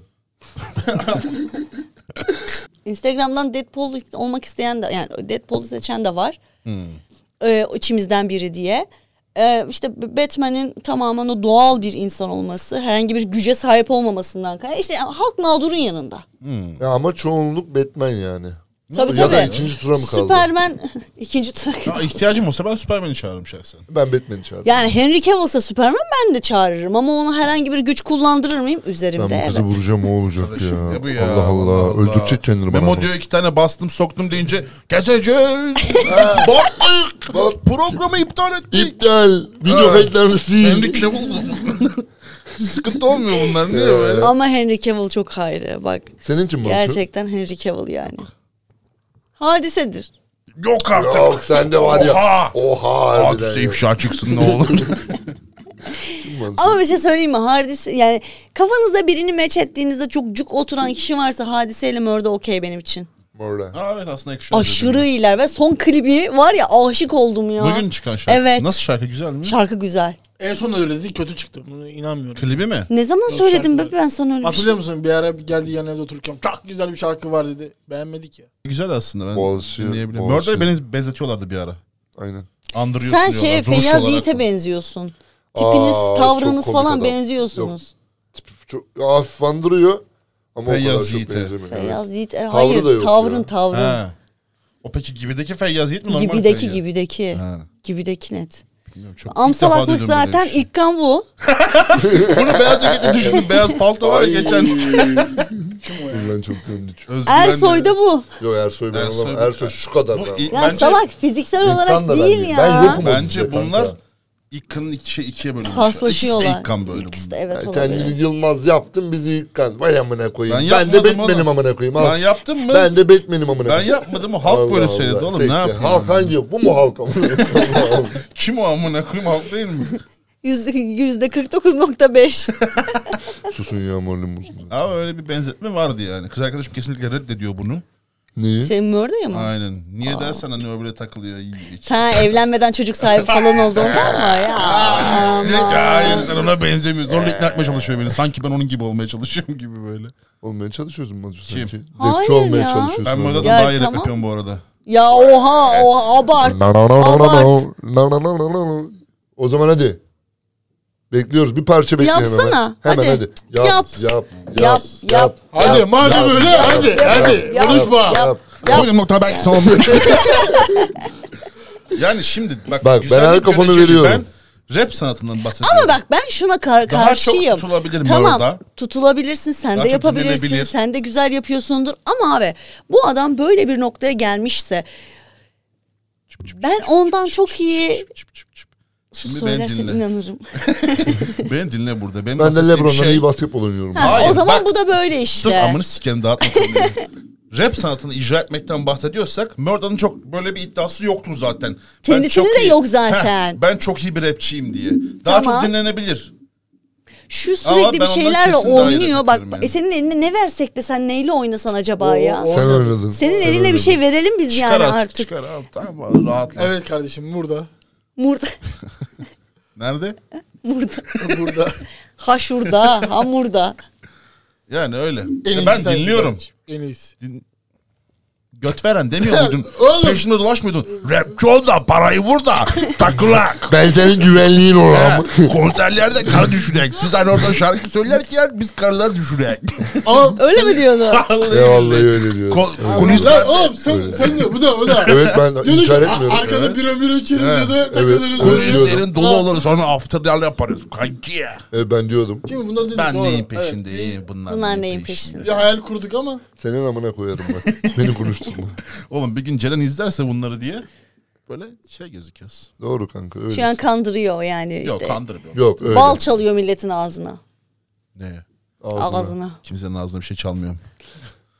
[SPEAKER 3] Instagram'dan Deadpool olmak isteyen de, yani Deadpool'u seçen de var. İçimizden biri diye. İşte Batman'in tamamen o doğal bir insan olması, herhangi bir güce sahip olmamasından kaynaklı. İşte halk mağdurun yanında.
[SPEAKER 4] Ya ama çoğunluk Batman yani.
[SPEAKER 3] Tabii
[SPEAKER 4] Ya da
[SPEAKER 3] tabii.
[SPEAKER 4] ikinci tura mı kaldı?
[SPEAKER 3] Superman ikinci tura.
[SPEAKER 2] Ya ihtiyacım olsa ben Superman'i çağırırım şahsen.
[SPEAKER 4] Ben Batman'i çağırdım.
[SPEAKER 3] Yani Henry Cavill'sa Superman ben de çağırırım ama ona herhangi bir güç kullandırır mıyım?
[SPEAKER 4] Ben
[SPEAKER 3] Üzerimde
[SPEAKER 4] bu kızı
[SPEAKER 3] evet.
[SPEAKER 4] vuracağım o olacak
[SPEAKER 2] Arkadaşım,
[SPEAKER 4] ya.
[SPEAKER 2] ne bu ya?
[SPEAKER 4] Allah Allah.
[SPEAKER 2] Allah Allah.
[SPEAKER 4] Öldürecek kendini bana.
[SPEAKER 2] Memo
[SPEAKER 4] ama.
[SPEAKER 2] diyor 2 tane bastım soktum deyince gezeceğiz. Battık. Programı iptal ettik.
[SPEAKER 4] İptal. Video
[SPEAKER 2] Evet.
[SPEAKER 4] kayıtlarını sil.
[SPEAKER 2] Henry Cavill. Sıkıntı olmuyor bunlar niye böyle?
[SPEAKER 3] Ama Henry Cavill çok hayrı bak.
[SPEAKER 4] Senin kim Bartu?
[SPEAKER 3] Gerçekten Henry Cavill yani. Hadisedir.
[SPEAKER 2] Yok artık.
[SPEAKER 4] Yok sende var ya.
[SPEAKER 2] Oha.
[SPEAKER 4] Oha. harbiden
[SPEAKER 2] Hadise
[SPEAKER 4] ya.
[SPEAKER 2] ifşa çıksın ne olur.
[SPEAKER 3] Ama bir şey söyleyeyim mi? Hadise yani kafanızda birini meç ettiğinizde çok cuk oturan kişi varsa Hadiseyle Mörde okey benim için.
[SPEAKER 4] Orada.
[SPEAKER 2] Aa, evet aslında yakışıyor.
[SPEAKER 3] Aşırı iyiler ve son klibi var ya aşık oldum ya.
[SPEAKER 2] Bugün çıkan şarkı.
[SPEAKER 3] Evet.
[SPEAKER 2] Nasıl şarkı, güzel mi?
[SPEAKER 3] Şarkı güzel.
[SPEAKER 5] En son öyle dedi, kötü çıktı. Bunu inanmıyorum.
[SPEAKER 2] Klibi mi?
[SPEAKER 3] Ne zaman
[SPEAKER 5] Yok,
[SPEAKER 3] söyledim
[SPEAKER 5] şarkı-
[SPEAKER 3] be ben sana öyle bir şey.
[SPEAKER 5] Hatırlıyor musun? Bir ara geldi yan evde otururken çok güzel bir şarkı var dedi. Beğenmedik ya.
[SPEAKER 2] Güzel aslında ben
[SPEAKER 4] Boğaziçi,
[SPEAKER 2] dinleyebilirim.
[SPEAKER 4] Boğaziçi.
[SPEAKER 2] Mörder'ı beni benzetiyorlardı bir ara.
[SPEAKER 4] Aynen.
[SPEAKER 2] Andırıyorsun
[SPEAKER 3] Sen
[SPEAKER 2] diyorlar, duruş
[SPEAKER 3] Feyyaz
[SPEAKER 2] olarak
[SPEAKER 3] Yiğit'e
[SPEAKER 2] falan.
[SPEAKER 3] benziyorsun. Tipiniz,
[SPEAKER 4] Aa,
[SPEAKER 3] tavrınız
[SPEAKER 4] çok komik
[SPEAKER 3] falan
[SPEAKER 4] adam.
[SPEAKER 3] benziyorsunuz.
[SPEAKER 4] Çok hafif andırıyor. Ama
[SPEAKER 2] Feyyaz
[SPEAKER 4] o kadar çok
[SPEAKER 2] Yiğit'e.
[SPEAKER 4] benzemiyor.
[SPEAKER 3] Feyyaz Yiğit
[SPEAKER 4] da
[SPEAKER 3] hayır
[SPEAKER 4] yok
[SPEAKER 3] tavrın
[SPEAKER 4] ya.
[SPEAKER 3] tavrın.
[SPEAKER 2] He. O peki gibideki Feyyaz Yiğit mi? Normal
[SPEAKER 3] Gibideki
[SPEAKER 2] Feyyaz?
[SPEAKER 3] gibideki.
[SPEAKER 2] Ha.
[SPEAKER 3] Gibideki net.
[SPEAKER 2] Bilmiyorum, çok ilk defa
[SPEAKER 3] Amsalaklık
[SPEAKER 2] duydum böyle
[SPEAKER 3] zaten
[SPEAKER 2] bir şey.
[SPEAKER 3] ilk kan bu.
[SPEAKER 2] Bunu beyaz ceketle düşündüm. Beyaz palto var ya geçen.
[SPEAKER 4] Ben çok gömdük.
[SPEAKER 3] Ersoy da bu.
[SPEAKER 4] Yok Ersoy ben
[SPEAKER 2] Ersoy
[SPEAKER 4] olamam.
[SPEAKER 2] bu-
[SPEAKER 4] Ersoy şu kadar.
[SPEAKER 2] Bu
[SPEAKER 4] da.
[SPEAKER 2] ilk-
[SPEAKER 3] Ya
[SPEAKER 2] Bence-
[SPEAKER 3] salak fiziksel olarak
[SPEAKER 4] İlkan da ben
[SPEAKER 3] değil
[SPEAKER 4] değilim.
[SPEAKER 3] ya.
[SPEAKER 4] Ben yokum o
[SPEAKER 2] Bence
[SPEAKER 4] dizide
[SPEAKER 2] bunlar
[SPEAKER 4] kanka.
[SPEAKER 2] ilk kanın ikiye bölünmüş.
[SPEAKER 3] Paslaşıyorlar.
[SPEAKER 2] İkisi de ilk kan böyle.
[SPEAKER 3] İkisi de evet
[SPEAKER 4] Ya
[SPEAKER 3] olabilir.
[SPEAKER 4] kendini Yılmaz yaptın bizi yıkan. Vay amına koyayım.
[SPEAKER 2] Ben
[SPEAKER 4] Ben de
[SPEAKER 2] yapmadım
[SPEAKER 4] Batman'im
[SPEAKER 2] oğlum.
[SPEAKER 4] amına koyayım. Al.
[SPEAKER 2] Ben yaptım mı?
[SPEAKER 4] Ben de Batman'im amına
[SPEAKER 2] Ben
[SPEAKER 4] koyayım.
[SPEAKER 2] yapmadım mı? Halk
[SPEAKER 4] Allah
[SPEAKER 2] böyle
[SPEAKER 4] Allah.
[SPEAKER 2] söyledi oğlum.
[SPEAKER 4] Peki,
[SPEAKER 2] Ne yapayım?
[SPEAKER 4] Halk hangi? Bu mu halk amına koyayım?
[SPEAKER 2] Kim o amına koyayım, halk değil mi?
[SPEAKER 3] %49.5.
[SPEAKER 4] Susun ya morlum.
[SPEAKER 2] Ama öyle bir benzetme vardı yani. Kız arkadaşım kesinlikle reddediyor bunu.
[SPEAKER 4] Neyi?
[SPEAKER 3] Şey Mörde ya mı?
[SPEAKER 2] Aynen. Niye dersen hani öyle takılıyor. Hiç.
[SPEAKER 3] Ha evlenmeden çocuk sahibi falan oldu ondan mı? Ya
[SPEAKER 2] Diyor ki,
[SPEAKER 3] aman.
[SPEAKER 2] hayır sen ona benzemiyorsun. Zorla ikna etmeye çalışıyor beni. Sanki ben onun gibi olmaya çalışıyorum gibi böyle.
[SPEAKER 4] Olmaya çalışıyorsun Macu
[SPEAKER 2] Kim?
[SPEAKER 4] sanki.
[SPEAKER 3] Hayır
[SPEAKER 4] Rapçi olmaya
[SPEAKER 3] ya.
[SPEAKER 4] çalışıyorsun.
[SPEAKER 2] Ben Mörder'dan
[SPEAKER 3] Ya,
[SPEAKER 2] daha iyi rap
[SPEAKER 3] tamam.
[SPEAKER 2] yapıyorum bu arada.
[SPEAKER 3] Ya oha abart. Abart.
[SPEAKER 4] O zaman hadi. Bekliyoruz. Bir parça bekleyelim
[SPEAKER 3] Yapsana,
[SPEAKER 4] hemen. Hemen
[SPEAKER 3] hadi.
[SPEAKER 4] hadi.
[SPEAKER 3] Yap. Yap.
[SPEAKER 5] Hadi madem
[SPEAKER 4] yap,
[SPEAKER 5] öyle
[SPEAKER 4] yap,
[SPEAKER 5] hadi
[SPEAKER 4] yap,
[SPEAKER 5] hadi.
[SPEAKER 3] yap,
[SPEAKER 5] Konuşma.
[SPEAKER 3] yap.
[SPEAKER 2] Koydum nokta belki son. Yani şimdi bak
[SPEAKER 4] Bak,
[SPEAKER 2] güzellik
[SPEAKER 4] ben her kafanı
[SPEAKER 2] göreceli.
[SPEAKER 4] veriyorum.
[SPEAKER 2] Ben rap sanatından bahsediyorum.
[SPEAKER 3] Ama bak ben şuna
[SPEAKER 2] Daha
[SPEAKER 3] karşıyım.
[SPEAKER 2] çok tutulabilir
[SPEAKER 3] Tamam
[SPEAKER 2] orada.
[SPEAKER 3] tutulabilirsin sen
[SPEAKER 2] Daha
[SPEAKER 3] de
[SPEAKER 2] çok
[SPEAKER 3] yapabilirsin
[SPEAKER 2] dinlenebilir.
[SPEAKER 3] sen de güzel yapıyorsundur ama abi bu adam böyle bir noktaya gelmişse ben ondan çok iyi
[SPEAKER 2] Şimdi beni
[SPEAKER 3] söylersen
[SPEAKER 2] dinle.
[SPEAKER 3] inanırım.
[SPEAKER 2] Beni dinle burada. Benim
[SPEAKER 4] Ben de
[SPEAKER 2] bahsettiğim
[SPEAKER 4] Lebron'dan
[SPEAKER 2] şey-
[SPEAKER 4] iyi basketbol oynuyorum.
[SPEAKER 3] Ha,
[SPEAKER 2] Hayır,
[SPEAKER 3] o zaman
[SPEAKER 2] bak-
[SPEAKER 3] bu da böyle
[SPEAKER 2] Sus
[SPEAKER 3] işte.
[SPEAKER 2] amını sikerim dağıtma konuyu. Rap sanatını icra etmekten bahsediyorsak Murder'ın çok böyle bir iddiası yoktu zaten. Ben
[SPEAKER 3] Kendisinin
[SPEAKER 2] çok
[SPEAKER 3] de yok zaten.
[SPEAKER 2] Ben çok iyi bir rapçiyim diye. Daha
[SPEAKER 3] Tamam.
[SPEAKER 2] çok dinlenebilir.
[SPEAKER 3] Şu
[SPEAKER 2] Ama
[SPEAKER 3] sürekli
[SPEAKER 2] ben
[SPEAKER 3] bir
[SPEAKER 2] ondan
[SPEAKER 3] şeylerle
[SPEAKER 2] kesin daha iyi
[SPEAKER 3] oynuyor. Bak
[SPEAKER 2] yapıyorum yani.
[SPEAKER 3] senin eline ne versek de sen neyle oynasan acaba ya?
[SPEAKER 4] Sen oynadın.
[SPEAKER 3] Senin
[SPEAKER 4] Sen
[SPEAKER 3] eline bir
[SPEAKER 4] oynadın.
[SPEAKER 3] şey verelim biz
[SPEAKER 2] Çıkar
[SPEAKER 3] yani
[SPEAKER 2] artık,
[SPEAKER 3] artık.
[SPEAKER 2] çıkar abi. Tamam rahatla.
[SPEAKER 5] Evet kardeşim burada.
[SPEAKER 3] Murda,
[SPEAKER 2] Nerede?
[SPEAKER 5] Burada.
[SPEAKER 3] ha şurada, ha murda.
[SPEAKER 2] Yani öyle.
[SPEAKER 5] En iyisi
[SPEAKER 2] Ben
[SPEAKER 5] sensin
[SPEAKER 2] dinliyorum.
[SPEAKER 5] kardeşim, En iyisi.
[SPEAKER 2] Göt veren demiyor muydun?
[SPEAKER 5] Oğlum.
[SPEAKER 2] Peşinde dolaşmıyordun. Rapçi ol da parayı vur da takılak.
[SPEAKER 4] Ben senin güvenliğin
[SPEAKER 2] He,
[SPEAKER 4] olam.
[SPEAKER 2] konserlerde karı düşürek. Siz hani orada şarkı söylerken biz karılar düşürek.
[SPEAKER 5] Ama
[SPEAKER 3] Öyle mi diyorsun?
[SPEAKER 4] Vallahi öyle diyor.
[SPEAKER 2] Kulisler.
[SPEAKER 5] lan oğlum sen de bu da.
[SPEAKER 4] Evet ben
[SPEAKER 5] Diyordu
[SPEAKER 4] inkar
[SPEAKER 5] ki
[SPEAKER 4] etmiyorum.
[SPEAKER 5] arkada
[SPEAKER 2] Evet.
[SPEAKER 5] piramir içeriz
[SPEAKER 2] Evet.
[SPEAKER 5] ya da takılırız.
[SPEAKER 2] Kulislerin dolu olur sonra after'lar yaparız. Kanki.
[SPEAKER 4] Evet ben diyordum.
[SPEAKER 5] Şimdi bunları dedik
[SPEAKER 2] Ben
[SPEAKER 5] sonra.
[SPEAKER 2] neyin peşindeyim?
[SPEAKER 3] Bunlar neyin peşinde?
[SPEAKER 5] Bir hayal kurduk ama.
[SPEAKER 4] Senin amına koyarım ben. Beni konuşturma.
[SPEAKER 2] Oğlum bir gün Ceren izlerse bunları diye böyle şey gözüküyoruz.
[SPEAKER 4] Doğru kanka öyle.
[SPEAKER 3] Şu an kandırıyor yani
[SPEAKER 2] Yok
[SPEAKER 3] işte.
[SPEAKER 2] kandırmıyor.
[SPEAKER 4] Yok öyle.
[SPEAKER 3] Bal çalıyor milletin ağzına.
[SPEAKER 2] Ne?
[SPEAKER 4] Ağzına.
[SPEAKER 3] Ağzına.
[SPEAKER 2] Kimsenin ağzına bir şey çalmıyorum.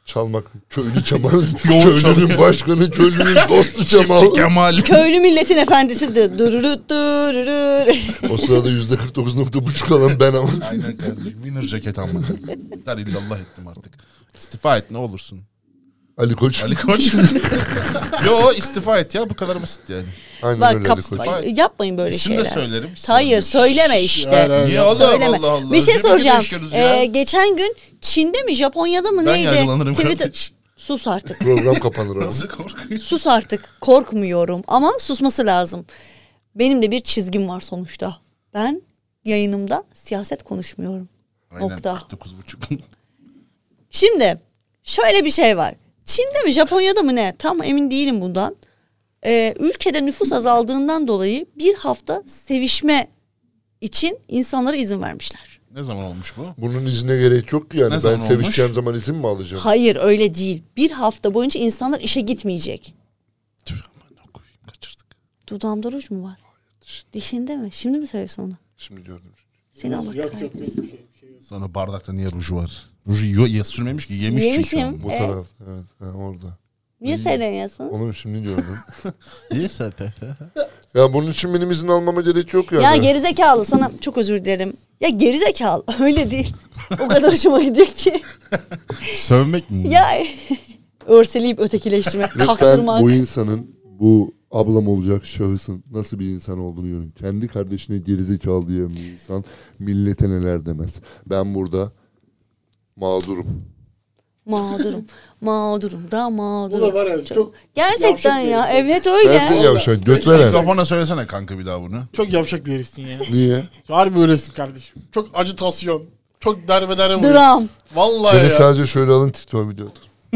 [SPEAKER 4] Çalmak. Köylü Kemal. Köylünün başkanı, köylünün dostu Kemal.
[SPEAKER 2] Kemal.
[SPEAKER 3] Köylü milletin efendisi de dururut dururur.
[SPEAKER 4] O sırada %49.5 alan ben ama.
[SPEAKER 2] Aynen kardeşim. Winner ceket almadım. Der illallah ettim artık. İstifa et ne olursun.
[SPEAKER 4] Ali Koç.
[SPEAKER 2] Ali Koç. Yo istifa et ya bu kadar basit yani.
[SPEAKER 4] Aynen
[SPEAKER 3] Bak
[SPEAKER 4] öyle Ali Koç.
[SPEAKER 3] yapmayın böyle
[SPEAKER 2] İsim de
[SPEAKER 3] şeyler.
[SPEAKER 2] söylerim.
[SPEAKER 3] Hayır söyleme işte.
[SPEAKER 5] Hayır.
[SPEAKER 2] Niye oğlum
[SPEAKER 3] Söyleme.
[SPEAKER 2] Allah Allah.
[SPEAKER 3] Bir şey
[SPEAKER 2] Cebine
[SPEAKER 3] soracağım.
[SPEAKER 2] yaşıyoruz ya.
[SPEAKER 3] Geçen gün Çin'de mi Japonya'da mı
[SPEAKER 2] Ben
[SPEAKER 3] neydi?
[SPEAKER 2] yargılanırım kardeş.
[SPEAKER 3] Sus artık.
[SPEAKER 4] Program kapanır abi.
[SPEAKER 2] Nasıl korkuyorsun?
[SPEAKER 3] Sus artık. Korkmuyorum ama susması lazım. Benim de bir çizgim var sonuçta. Ben yayınımda siyaset konuşmuyorum.
[SPEAKER 2] Aynen
[SPEAKER 3] Nokta.
[SPEAKER 2] 49.5.
[SPEAKER 3] Şimdi şöyle bir şey var. Çin'de mi Japonya'da mı ne? Tam emin değilim bundan. Ülkede nüfus azaldığından dolayı bir hafta sevişme için insanlara izin vermişler.
[SPEAKER 2] Ne zaman olmuş bu?
[SPEAKER 4] Bunun iznine gerek yok ki yani.
[SPEAKER 2] Ne
[SPEAKER 4] Ben
[SPEAKER 2] zaman
[SPEAKER 4] sevişeceğim
[SPEAKER 2] olmuş?
[SPEAKER 4] zaman izin mi alacağım?
[SPEAKER 3] Hayır öyle değil. Bir hafta boyunca insanlar işe gitmeyecek.
[SPEAKER 2] Tüh aman koyayım kaçırdık.
[SPEAKER 3] Dudağımda ruj mu var? Dişinde mi? Şimdi mi söylüyorsun onu?
[SPEAKER 4] Şimdi gördüm.
[SPEAKER 3] Seni Allah
[SPEAKER 5] Yok
[SPEAKER 3] kahretmesin.
[SPEAKER 2] Sonra bardakta niye ruju var? Ruju sürmemiş ki yemiş çünkü.
[SPEAKER 3] Yemişim.
[SPEAKER 4] Bu taraf. Evet. Orada.
[SPEAKER 3] Niye söylemiyorsunuz?
[SPEAKER 4] Onu şimdi gördüm.
[SPEAKER 2] İyi zaten.
[SPEAKER 4] Ya bunun için benim izin almama gerek yok yani.
[SPEAKER 3] Ya gerizekalı sana çok özür dilerim. Ya gerizekalı öyle değil. O kadar hoşuma gidiyor ki.
[SPEAKER 2] Sövmek mi?
[SPEAKER 3] Ya örseleyip ötekileştirmek,
[SPEAKER 4] Lütfen
[SPEAKER 3] kaktırmak.
[SPEAKER 4] bu insanın, bu ablam olacak şahısın nasıl bir insan olduğunu görün. Kendi kardeşine gerizekalı diyen bir insan millete neler demez. Ben burada mağdurum.
[SPEAKER 3] Mağdurum. Mağdurum da mağdurum.
[SPEAKER 5] Bu da var ya çok
[SPEAKER 3] Gerçekten
[SPEAKER 5] yavşak
[SPEAKER 3] ya.
[SPEAKER 5] bir herif.
[SPEAKER 3] Evet öyle.
[SPEAKER 4] Sensin yavşak göt veren.
[SPEAKER 2] Mikrofona söylesene kanka bir daha bunu.
[SPEAKER 5] Çok yavşak bir herifsin ya.
[SPEAKER 4] Niye?
[SPEAKER 5] Harbi öylesin kardeşim. Çok acitasyon. Çok derbedere vuruyor.
[SPEAKER 3] Dram.
[SPEAKER 5] Vallahi
[SPEAKER 4] Beni
[SPEAKER 5] ya.
[SPEAKER 4] sadece şöyle alın TikTok videoda.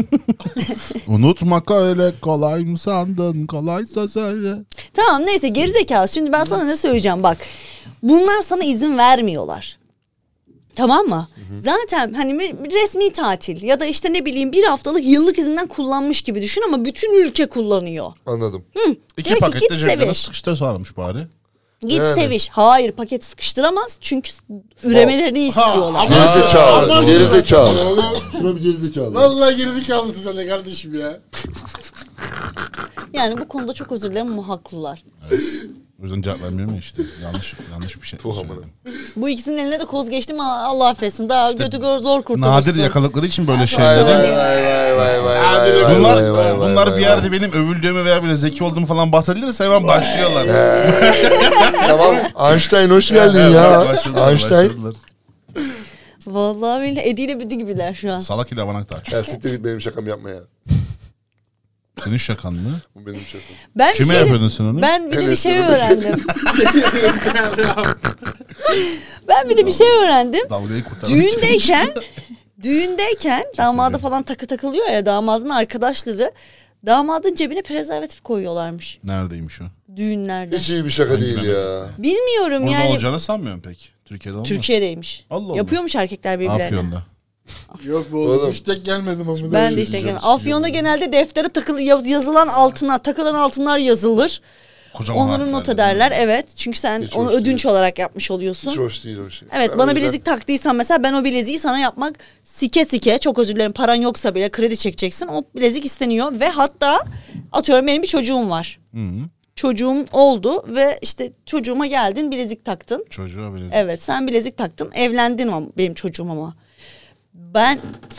[SPEAKER 2] Unutmak öyle kolay mı sandın? Kolaysa söyle.
[SPEAKER 3] Tamam neyse gerizekalı. Şimdi ben sana ne söyleyeceğim bak. Bunlar sana izin vermiyorlar. Tamam mı? Zaten hani resmi tatil ya da işte ne bileyim bir haftalık yıllık izinden kullanmış gibi düşün ama bütün ülke kullanıyor.
[SPEAKER 4] Anladım.
[SPEAKER 2] İki
[SPEAKER 3] Diyor ki,
[SPEAKER 2] pakette
[SPEAKER 3] git
[SPEAKER 2] ceplerine
[SPEAKER 3] seviş.
[SPEAKER 2] sıkıştır sarmış bari.
[SPEAKER 3] Git
[SPEAKER 4] Yani.
[SPEAKER 3] seviş. Hayır paket sıkıştıramaz çünkü üremelerini istiyorlar.
[SPEAKER 5] ama-
[SPEAKER 4] Gerizekalı.
[SPEAKER 5] Ama-
[SPEAKER 4] Gerizekalı. Şuna bir gerizekalı.
[SPEAKER 5] Vallahi gerizekalısın sen de kardeşim ya.
[SPEAKER 3] Yani bu konuda çok özür dilerim ama haklılar.
[SPEAKER 2] O yüzden cevap vermiyorum ya işte. Yanlış bir şey söyledim.
[SPEAKER 3] Bu ikisinin eline de koz geçti mi Allah affetsin. Daha götü zor kurtulursun.
[SPEAKER 2] Nadir yakaladıkları için böyle
[SPEAKER 4] Vay
[SPEAKER 2] şeyleri.
[SPEAKER 4] vay vay vay.
[SPEAKER 2] Bunlar bir yerde benim övüldüğümü veya böyle zeki olduğumu falan bahsedilirse hemen başlıyorlar.
[SPEAKER 4] Tamam. Einstein hoş geldin ya. Einstein.
[SPEAKER 3] Vallahi billahi Edi ile Büdü gibiler şu an.
[SPEAKER 2] Salak ile avanak daha çok.
[SPEAKER 4] Ya siktir git benim şakam yapma ya.
[SPEAKER 2] Senin şakan mı?
[SPEAKER 4] Bu benim şakam.
[SPEAKER 3] Ben
[SPEAKER 2] Kime yapıyordun sen onu?
[SPEAKER 3] Ben bir de bir
[SPEAKER 4] Evet,
[SPEAKER 3] şey
[SPEAKER 4] evet.
[SPEAKER 3] öğrendim. Ben bir de bir şey öğrendim.
[SPEAKER 2] Dalgayı kurtarmak.
[SPEAKER 3] Düğündeyken damada falan takı takılıyor ya damadın arkadaşları damadın cebine prezervatif koyuyorlarmış
[SPEAKER 2] Neredeymiş o?
[SPEAKER 3] düğünlerde.
[SPEAKER 4] Hiç iyi bir şaka değil ya.
[SPEAKER 3] Bilmiyorum
[SPEAKER 2] Burada
[SPEAKER 3] yani.
[SPEAKER 2] olacağını sanmıyorum pek. Türkiye'de olmaz.
[SPEAKER 3] Türkiye'deymiş.
[SPEAKER 2] Allah Allah.
[SPEAKER 3] Yapıyormuş erkekler birbirlerine.
[SPEAKER 2] Afyon'da.
[SPEAKER 5] Yok bu
[SPEAKER 4] Oğlum.
[SPEAKER 5] oğlum. Hiç tek gelmedim ama.
[SPEAKER 3] Ben de işte Afyon'da genelde deftere yazılan altına takılan altınlar yazılır.
[SPEAKER 2] Kocaman
[SPEAKER 3] Onları
[SPEAKER 2] harflerle.
[SPEAKER 3] not ederler. Evet. Çünkü sen
[SPEAKER 4] Hiç
[SPEAKER 3] onu
[SPEAKER 4] hoş
[SPEAKER 3] ödünç olarak yapmış
[SPEAKER 4] Hiç
[SPEAKER 3] oluyorsun.
[SPEAKER 4] hoş değil o şey.
[SPEAKER 3] Evet
[SPEAKER 4] Ben o
[SPEAKER 3] bana
[SPEAKER 4] yüzden-
[SPEAKER 3] bilezik taktıysan mesela ben o bileziği sana yapmak sike çok özür dilerim paran yoksa bile kredi çekeceksin. O bilezik isteniyor ve hatta atıyorum benim bir çocuğum var.
[SPEAKER 2] Hı -hı.
[SPEAKER 3] Çocuğum oldu ve işte çocuğuma geldin bilezik taktın.
[SPEAKER 2] Çocuğa bilezik.
[SPEAKER 3] Evet sen bilezik taktın evlendin ama benim çocuğum ama. Ben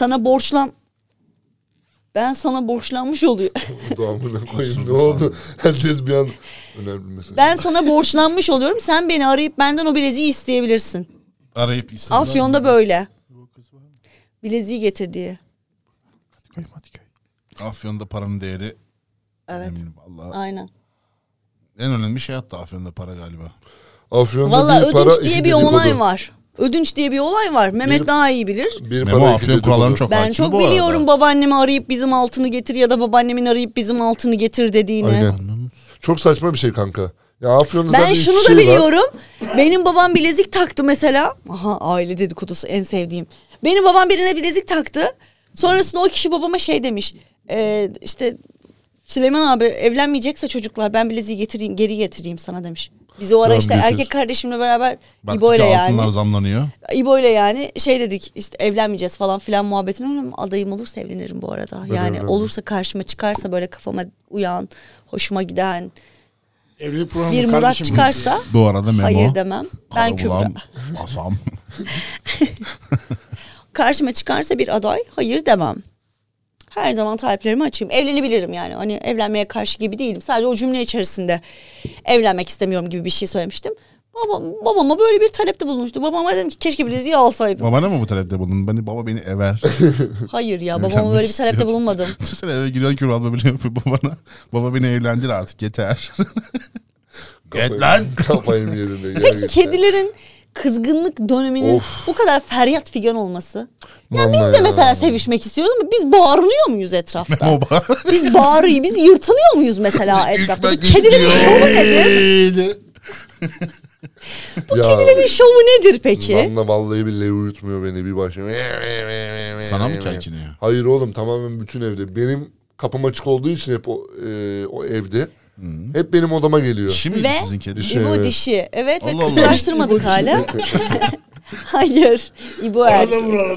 [SPEAKER 3] sana borçlanmış oluyor.
[SPEAKER 4] Doğamına koyayım ne oldu? Herkes bir an önemli mesele.
[SPEAKER 3] Ben sana borçlanmış oluyorum. Sen beni arayıp benden o bileziği isteyebilirsin.
[SPEAKER 2] Arayıp istediler.
[SPEAKER 3] Afyon'da böyle. Bileziği getir diye.
[SPEAKER 2] Afyon'da paranın değeri
[SPEAKER 3] Evet.
[SPEAKER 2] önemli. Vallahi
[SPEAKER 3] Aynen.
[SPEAKER 2] en önemli şey hatta Afyon'da para galiba.
[SPEAKER 4] Afyon'da
[SPEAKER 3] Valla
[SPEAKER 4] bir para,
[SPEAKER 3] ödünç
[SPEAKER 4] iki
[SPEAKER 3] diye bir
[SPEAKER 4] dedikodu.
[SPEAKER 3] olay var. Ödünç diye bir olay var. Mehmet
[SPEAKER 4] Bir-
[SPEAKER 3] daha iyi bilir.
[SPEAKER 4] Bir
[SPEAKER 2] Memo
[SPEAKER 4] para iki
[SPEAKER 2] Afyon kurallarını
[SPEAKER 4] dedikodu.
[SPEAKER 2] çok
[SPEAKER 3] Ben
[SPEAKER 2] hakim
[SPEAKER 3] çok
[SPEAKER 2] bu arada.
[SPEAKER 3] biliyorum babaannemi arayıp bizim altını getir ya da babaannemin arayıp bizim altını getir dediğini.
[SPEAKER 4] Aynen. Çok saçma bir şey kanka. Ya Afyon'da
[SPEAKER 3] Ben
[SPEAKER 4] zaten
[SPEAKER 3] şunu
[SPEAKER 4] iki
[SPEAKER 3] da
[SPEAKER 4] şey var.
[SPEAKER 3] biliyorum. Benim babam bilezik taktı mesela. Aha aile dedikodusu en sevdiğim. Benim babam birine bilezik taktı. Sonrasında o kişi babama şey demiş. İşte Süleyman abi evlenmeyecekse çocuklar ben bileziği getireyim, geri getireyim sana demiş. Biz o ara
[SPEAKER 2] Tamam,
[SPEAKER 3] işte
[SPEAKER 2] getir.
[SPEAKER 3] erkek kardeşimle beraber
[SPEAKER 2] Baktık
[SPEAKER 3] İbo'yla
[SPEAKER 2] ki altınlar
[SPEAKER 3] yani.
[SPEAKER 2] zamlanıyor.
[SPEAKER 3] İbo'yla yani şey dedik işte evlenmeyeceğiz falan filan muhabbetini. Ama adayım olursa evlenirim bu arada. Yani
[SPEAKER 4] evlenmem.
[SPEAKER 3] olursa karşıma çıkarsa böyle kafama uyan, hoşuma giden
[SPEAKER 5] Evlilik programı
[SPEAKER 3] bir Murat
[SPEAKER 5] kardeşim.
[SPEAKER 3] çıkarsa
[SPEAKER 2] Bu arada Memo.
[SPEAKER 3] hayır demem. Ben Kübra.
[SPEAKER 2] Karabulan, Asam.
[SPEAKER 3] Karşıma çıkarsa bir aday hayır demem. Her zaman taleplerimi açayım. Evlenebilirim yani. Hani evlenmeye karşı gibi değilim. Sadece o cümle içerisinde evlenmek istemiyorum gibi bir şey söylemiştim. Babama böyle bir talepte bulunmuştu. Babama dedim ki keşke bileziği alsaydım.
[SPEAKER 2] Babana mı bu talepte bulundun? Baba beni ever.
[SPEAKER 3] Hayır ya
[SPEAKER 2] Evlenmek
[SPEAKER 3] babama böyle bir talepte
[SPEAKER 2] istiyorum.
[SPEAKER 3] bulunmadım.
[SPEAKER 2] Sen eve giriyorsun ki abla bile yapıyor babana. Baba beni evlendir artık yeter. Git lan.
[SPEAKER 4] Kafayım yerinde.
[SPEAKER 3] Peki
[SPEAKER 4] gerçekten.
[SPEAKER 3] kedilerin kızgınlık döneminin
[SPEAKER 4] Of.
[SPEAKER 3] bu kadar feryat figan olması. Ya
[SPEAKER 4] Vallahi
[SPEAKER 3] biz de
[SPEAKER 4] ya.
[SPEAKER 3] mesela sevişmek istiyoruz ama biz bağırıyor muyuz etrafta?
[SPEAKER 2] Baba.
[SPEAKER 3] Biz bağırıyor, biz yırtınıyor muyuz mesela etrafta? Bu
[SPEAKER 2] Ürkmek
[SPEAKER 3] kedilerin
[SPEAKER 2] istiyor.
[SPEAKER 3] şovu nedir? Bu
[SPEAKER 4] Ya,
[SPEAKER 3] kedilerin şovu nedir peki?
[SPEAKER 4] vallahi billahi uyutmuyor beni bir başıma.
[SPEAKER 2] Sana mı kelkiniyor?
[SPEAKER 4] Hayır oğlum tamamen bütün evde. Benim kapım açık olduğu için hep o evde. Hep benim odama geliyor.
[SPEAKER 2] Dişi miydi
[SPEAKER 3] Ve
[SPEAKER 2] sizin kedi?
[SPEAKER 4] Dişi.
[SPEAKER 3] İbo
[SPEAKER 4] Evet.
[SPEAKER 3] dişi. Evet ve
[SPEAKER 2] Allah Allah.
[SPEAKER 3] kısırlaştırmadık hala. Hayır. İbo erkek.
[SPEAKER 5] Orada vuralım.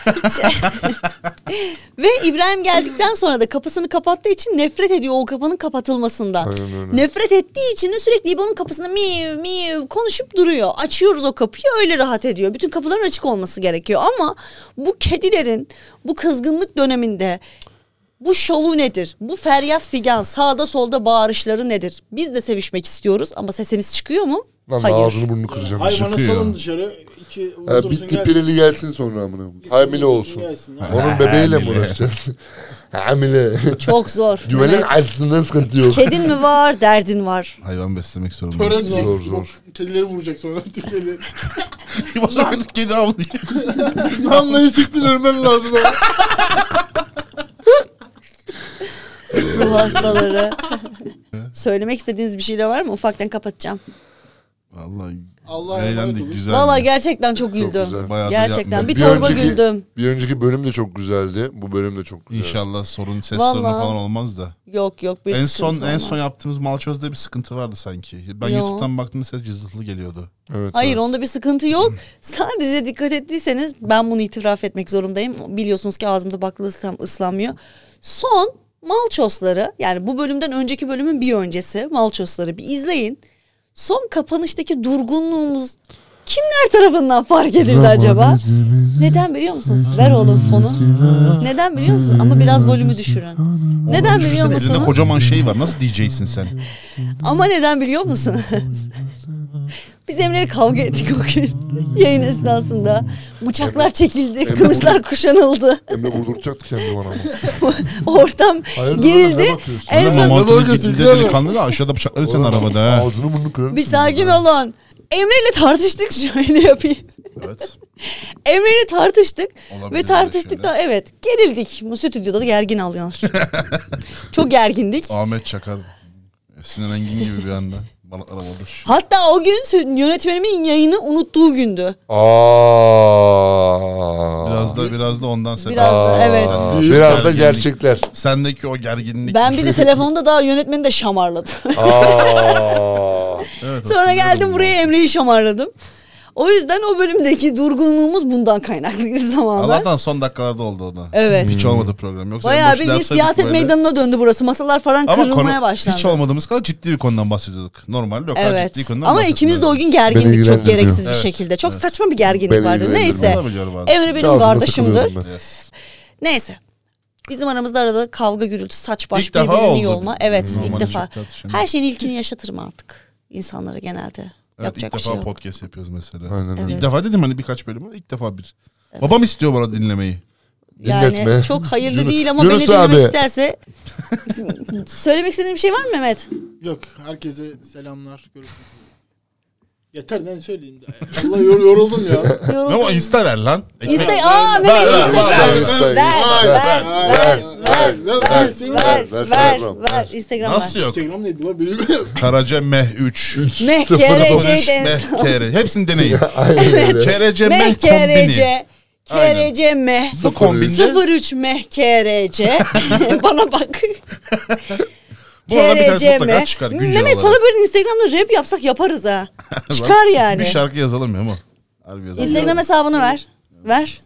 [SPEAKER 3] Ve İbrahim geldikten sonra da kapısını kapattığı için nefret ediyor o kapının kapatılmasından.
[SPEAKER 4] Aynen öyle.
[SPEAKER 3] Nefret ettiği için de sürekli İbo'nun kapısında miv miv konuşup duruyor. Açıyoruz o kapıyı öyle rahat ediyor. Bütün kapıların açık olması gerekiyor. Ama bu kedilerin bu kızgınlık döneminde bu şovu nedir? Bu feryat figan sağda solda bağırışları nedir? Biz de sevişmek istiyoruz ama sesimiz çıkıyor mu?
[SPEAKER 4] Lan
[SPEAKER 3] Hayır.
[SPEAKER 4] ağzını burnunu kıracağım.
[SPEAKER 5] Hayvanı
[SPEAKER 2] Çıkıyor.
[SPEAKER 5] salın dışarı. İki
[SPEAKER 4] Ha,
[SPEAKER 5] vurdursun
[SPEAKER 4] bitti
[SPEAKER 5] gelsin.
[SPEAKER 4] pireli gelsin sonra amına. Hamile olsun.
[SPEAKER 5] Gelsin.
[SPEAKER 4] Onun bebeğiyle mi
[SPEAKER 2] Hamile.
[SPEAKER 4] uğraşacağız? Hamile.
[SPEAKER 3] Çok zor.
[SPEAKER 4] Güvenin
[SPEAKER 3] Mehmet.
[SPEAKER 4] açısından sıkıntı yok.
[SPEAKER 3] Kedin mi var, derdin var.
[SPEAKER 2] Hayvan beslemek
[SPEAKER 5] Tören
[SPEAKER 2] zorundayız.
[SPEAKER 4] Zor, zor.
[SPEAKER 5] Kedileri vuracak sonra. Bütün kedileri.
[SPEAKER 2] İbo sonra bütün kedi avlıyor.
[SPEAKER 5] Namlayı siktin ölmen lazım. ha.
[SPEAKER 3] Ruh hastaları. Söylemek istediğiniz bir şeyler var mı? Ufaktan kapatacağım.
[SPEAKER 2] Vallahi
[SPEAKER 5] Allah'a emanet
[SPEAKER 2] eğlendik
[SPEAKER 5] olun.
[SPEAKER 2] güzel.
[SPEAKER 3] Vallahi gerçekten çok güldüm.
[SPEAKER 4] güzel.
[SPEAKER 2] Bayağıdır
[SPEAKER 3] Gerçekten
[SPEAKER 2] yapmıyorum.
[SPEAKER 3] bir
[SPEAKER 4] Bir
[SPEAKER 3] torba
[SPEAKER 4] önceki-
[SPEAKER 3] güldüm.
[SPEAKER 4] Bir önceki bölüm de çok güzeldi. Bu bölüm de çok güzel.
[SPEAKER 2] İnşallah ses
[SPEAKER 3] Vallahi.
[SPEAKER 2] sorunu falan olmaz da.
[SPEAKER 3] Yok bir
[SPEAKER 2] En
[SPEAKER 3] sıkıntı
[SPEAKER 2] son
[SPEAKER 3] olmaz.
[SPEAKER 2] yaptığımız Malçoz'da bir sıkıntı vardı sanki. Ben
[SPEAKER 3] Yo.
[SPEAKER 2] YouTube'dan baktım ses cızıltılı geliyordu.
[SPEAKER 4] Evet,
[SPEAKER 3] Hayır
[SPEAKER 4] evet.
[SPEAKER 3] onda bir sıkıntı yok. Sadece dikkat ettiyseniz ben bunu itiraf etmek zorundayım. Biliyorsunuz ki ağzımda bakla ıslanmıyor. Son Malçosları yani bu bölümden önceki bölümün bir öncesi Malçosları bir izleyin. Son kapanıştaki durgunluğumuz kimler tarafından fark edildi acaba? Neden biliyor musunuz? Ver oğlum fonu. Neden biliyor musun? Ama biraz volümü düşürün. Neden biliyor
[SPEAKER 2] Düşünsene, elinde
[SPEAKER 3] musunuz?
[SPEAKER 2] kocaman şey var. Nasıl DJ'sin sen?
[SPEAKER 3] Ama neden biliyor musunuz? Biz Emre'yle kavga ettik o gün yayın esnasında. Bıçaklar çekildi, kılıçlar kuşanıldı.
[SPEAKER 4] Emre vurduracaktı kendini bana ama.
[SPEAKER 3] Ortam
[SPEAKER 4] Hayırdır
[SPEAKER 3] gerildi.
[SPEAKER 4] oğlum, ne bakıyorsun?
[SPEAKER 3] En
[SPEAKER 2] Ama
[SPEAKER 3] son
[SPEAKER 2] montunu
[SPEAKER 5] bakıyorsun,
[SPEAKER 2] gittiğinde
[SPEAKER 5] görme.
[SPEAKER 2] delikanlı da aşağıda bıçakları senin arabada ha.
[SPEAKER 4] Ağzını burnunu kırarım.
[SPEAKER 3] bir sakin olun. Emre'yle tartıştık şöyle yapayım.
[SPEAKER 2] Evet.
[SPEAKER 3] Emre'yle tartıştık
[SPEAKER 2] Olabilir
[SPEAKER 3] ve
[SPEAKER 2] öyle
[SPEAKER 3] tartıştıktan evet gerildik. Bu stüdyoda da gergin alıyorlar. Çok gergindik.
[SPEAKER 2] Ahmet Çakar. Sinan Engin gibi bir anda. Balıklar havada şu.
[SPEAKER 3] Hatta o gün yönetmenimin yayını unuttuğu gündü.
[SPEAKER 2] Biraz da ondan sebep.
[SPEAKER 3] Biraz da, evet.
[SPEAKER 4] Biraz da
[SPEAKER 2] Gerginlik.
[SPEAKER 4] gerçekler.
[SPEAKER 2] Sendeki o gerginlik.
[SPEAKER 3] Ben bir de telefonda daha yönetmeni de şamarladım.
[SPEAKER 2] Evet,
[SPEAKER 3] Sonra geldim
[SPEAKER 2] hatırladım
[SPEAKER 3] buraya Emre'yi şamarladım. O yüzden o bölümdeki durgunluğumuz bundan kaynaklıydı
[SPEAKER 2] bunu.
[SPEAKER 3] tamamen.
[SPEAKER 2] Allah'tan son dakikalarda oldu o da.
[SPEAKER 3] Evet.
[SPEAKER 2] Hiç olmadı program. Yoksa en
[SPEAKER 3] Bayağı
[SPEAKER 2] başında
[SPEAKER 3] bildiğin
[SPEAKER 2] yapsaydık
[SPEAKER 3] siyaset
[SPEAKER 2] böyle.
[SPEAKER 3] meydanına döndü burası. Masalar falan
[SPEAKER 2] Ama
[SPEAKER 3] kırılmaya başlandı.
[SPEAKER 2] hiç olmadığımız kadar ciddi bir konudan bahsediyorduk. Normal lokal
[SPEAKER 3] Evet.
[SPEAKER 2] ciddi konudan
[SPEAKER 3] Ama
[SPEAKER 2] bahsetmiyoruz.
[SPEAKER 3] ikimiz de o gün
[SPEAKER 4] Beni
[SPEAKER 3] gergindik çok
[SPEAKER 4] ilgilendirmiyor.
[SPEAKER 3] gereksiz bir
[SPEAKER 2] Evet,
[SPEAKER 3] şekilde. Çok
[SPEAKER 2] evet.
[SPEAKER 3] saçma bir gerginlik
[SPEAKER 4] Beni
[SPEAKER 3] vardı.
[SPEAKER 4] ilgilendirmiyor.
[SPEAKER 3] Neyse.
[SPEAKER 2] Olabiliyor bazen.
[SPEAKER 3] Emre benim
[SPEAKER 4] Ağzına
[SPEAKER 3] kardeşimdir.
[SPEAKER 4] takılıyorum ben.
[SPEAKER 2] Yes.
[SPEAKER 3] Neyse. Bizim aramızda arada kavga gürültü saç baş
[SPEAKER 2] İlk defa
[SPEAKER 3] birbirini
[SPEAKER 2] oldu.
[SPEAKER 3] yolma. Evet
[SPEAKER 2] Normalde
[SPEAKER 3] ilk defa.
[SPEAKER 2] çok tartışılmıyor.
[SPEAKER 3] Her şeyin ilkini yaşatırım artık insanlara genelde.
[SPEAKER 2] Evet,
[SPEAKER 3] Yapacak
[SPEAKER 2] ilk
[SPEAKER 3] bir
[SPEAKER 2] defa
[SPEAKER 3] şey yok.
[SPEAKER 2] podcast yapıyoruz mesela.
[SPEAKER 4] Aynen öyle.
[SPEAKER 2] İlk defa dedim hani birkaç bölüm ama ilk defa bir. Babam istiyor bana dinlemeyi.
[SPEAKER 3] Yani
[SPEAKER 4] Dinletme.
[SPEAKER 3] çok hayırlı
[SPEAKER 4] Yunus-
[SPEAKER 3] değil ama
[SPEAKER 4] Yunus
[SPEAKER 3] beni dinlemek
[SPEAKER 4] abi.
[SPEAKER 3] isterse. Söylemek istediğin bir şey var mı Mehmet?
[SPEAKER 5] Yok herkese selamlar. Görüşmek üzere. Yeter ne söyleyeyim daha. Allah yoruldum ya.
[SPEAKER 2] Ne o insta ver lan. Ekmek-
[SPEAKER 3] İste aa Mehmet
[SPEAKER 2] ver,
[SPEAKER 3] Instagram.
[SPEAKER 4] ver,
[SPEAKER 3] Ver. Instagram
[SPEAKER 2] Nasıl
[SPEAKER 3] ver.
[SPEAKER 2] yok?
[SPEAKER 5] Instagram neydi lan benim?
[SPEAKER 2] Karaca Meh 3.
[SPEAKER 3] Meh
[SPEAKER 4] Sıfır
[SPEAKER 3] KRC
[SPEAKER 2] Meh KR. Hepsini deneyin.
[SPEAKER 4] Aynen öyle.
[SPEAKER 2] KRC
[SPEAKER 3] Meh
[SPEAKER 2] Meh kombini.
[SPEAKER 3] KRC.
[SPEAKER 2] Aynen.
[SPEAKER 3] KRC Meh.
[SPEAKER 2] Bu kombinde
[SPEAKER 3] 03 Meh KRC. Bana bak.
[SPEAKER 2] Bu arada bir tanesi
[SPEAKER 3] KRC
[SPEAKER 2] mutlaka
[SPEAKER 3] mi?
[SPEAKER 2] çıkar güncel
[SPEAKER 3] Mehmet
[SPEAKER 2] olarak.
[SPEAKER 3] sana böyle Instagram'da rap yapsak yaparız ha. Çıkar yani.
[SPEAKER 2] Bir şarkı yazalım ya ama. Harbi yazalım.
[SPEAKER 3] Instagram hesabını ver. Ver.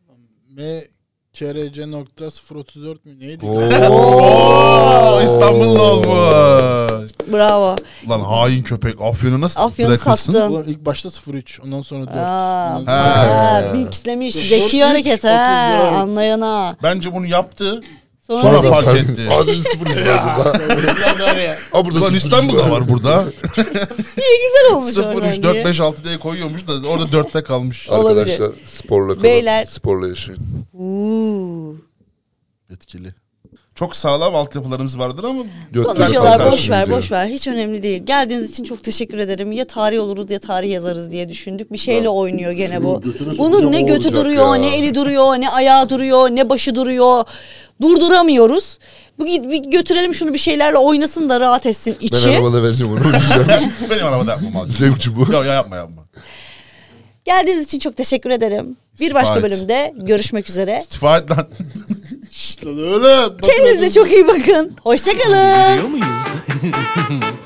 [SPEAKER 5] mkrc.034 mü neydi?
[SPEAKER 2] Oo, İstanbullu olmuş.
[SPEAKER 3] Bravo.
[SPEAKER 2] Lan hain köpek. Afyon'u nasıl
[SPEAKER 3] Afyon'u
[SPEAKER 2] bırakırsın?
[SPEAKER 3] sattın.
[SPEAKER 5] Ulan ilk başta 03 ondan sonra 4.
[SPEAKER 3] Aa,
[SPEAKER 5] Ondan sonra-
[SPEAKER 3] ha, bilgislemiş. Zeki hareket ha.
[SPEAKER 5] 34.
[SPEAKER 3] Anlayana.
[SPEAKER 2] Bence bunu yaptı.
[SPEAKER 3] Sonra,
[SPEAKER 2] Sonra
[SPEAKER 3] dedi,
[SPEAKER 2] fark etti.
[SPEAKER 4] Adil sıfır izler burada. Ha burada
[SPEAKER 2] Ulan
[SPEAKER 4] sıfır
[SPEAKER 2] İstanbul'da
[SPEAKER 4] izler.
[SPEAKER 2] var burada.
[SPEAKER 3] iyi güzel olmuş
[SPEAKER 2] 0,
[SPEAKER 3] oradan
[SPEAKER 2] 3, 4,
[SPEAKER 3] diye.
[SPEAKER 2] 5, 6 diye koyuyormuş da orada 4'te kalmış.
[SPEAKER 3] Olabilir.
[SPEAKER 4] Arkadaşlar sporla kalın.
[SPEAKER 3] Beyler.
[SPEAKER 4] Sporla yaşayın.
[SPEAKER 3] Uuu.
[SPEAKER 2] Etkili. Çok sağlam altyapılarımız vardır ama
[SPEAKER 3] Konuşuyorlar
[SPEAKER 2] Karşı
[SPEAKER 3] boş ver
[SPEAKER 4] diyor.
[SPEAKER 3] boş ver hiç önemli değil. Geldiğiniz için çok teşekkür ederim. Ya tarih oluruz ya tarih yazarız diye düşündük. Bir şeyle oynuyor gene bu.
[SPEAKER 4] götüne
[SPEAKER 3] Bunun
[SPEAKER 4] sokacağım,
[SPEAKER 3] ne
[SPEAKER 4] o
[SPEAKER 3] götü
[SPEAKER 4] olacak
[SPEAKER 3] duruyor,
[SPEAKER 4] ya.
[SPEAKER 3] ne eli duruyor, ne ayağı duruyor, ne başı duruyor. Durduramıyoruz. Bir götürelim şunu bir şeylerle oynasın da rahat etsin
[SPEAKER 4] Ben
[SPEAKER 3] içi.
[SPEAKER 4] arabada vereceğim onu.
[SPEAKER 2] benim arabada yapmam lazım.
[SPEAKER 4] Zevkçi bu.
[SPEAKER 2] Ya yapma.
[SPEAKER 3] Geldiğiniz için çok teşekkür ederim. Bir başka
[SPEAKER 2] et.
[SPEAKER 3] bölümde görüşmek üzere.
[SPEAKER 2] İstifa et lan.
[SPEAKER 5] İşte öyle.
[SPEAKER 3] Kendinize çok iyi bakın. Hoşça kalın.
[SPEAKER 1] Biliyor muyuz?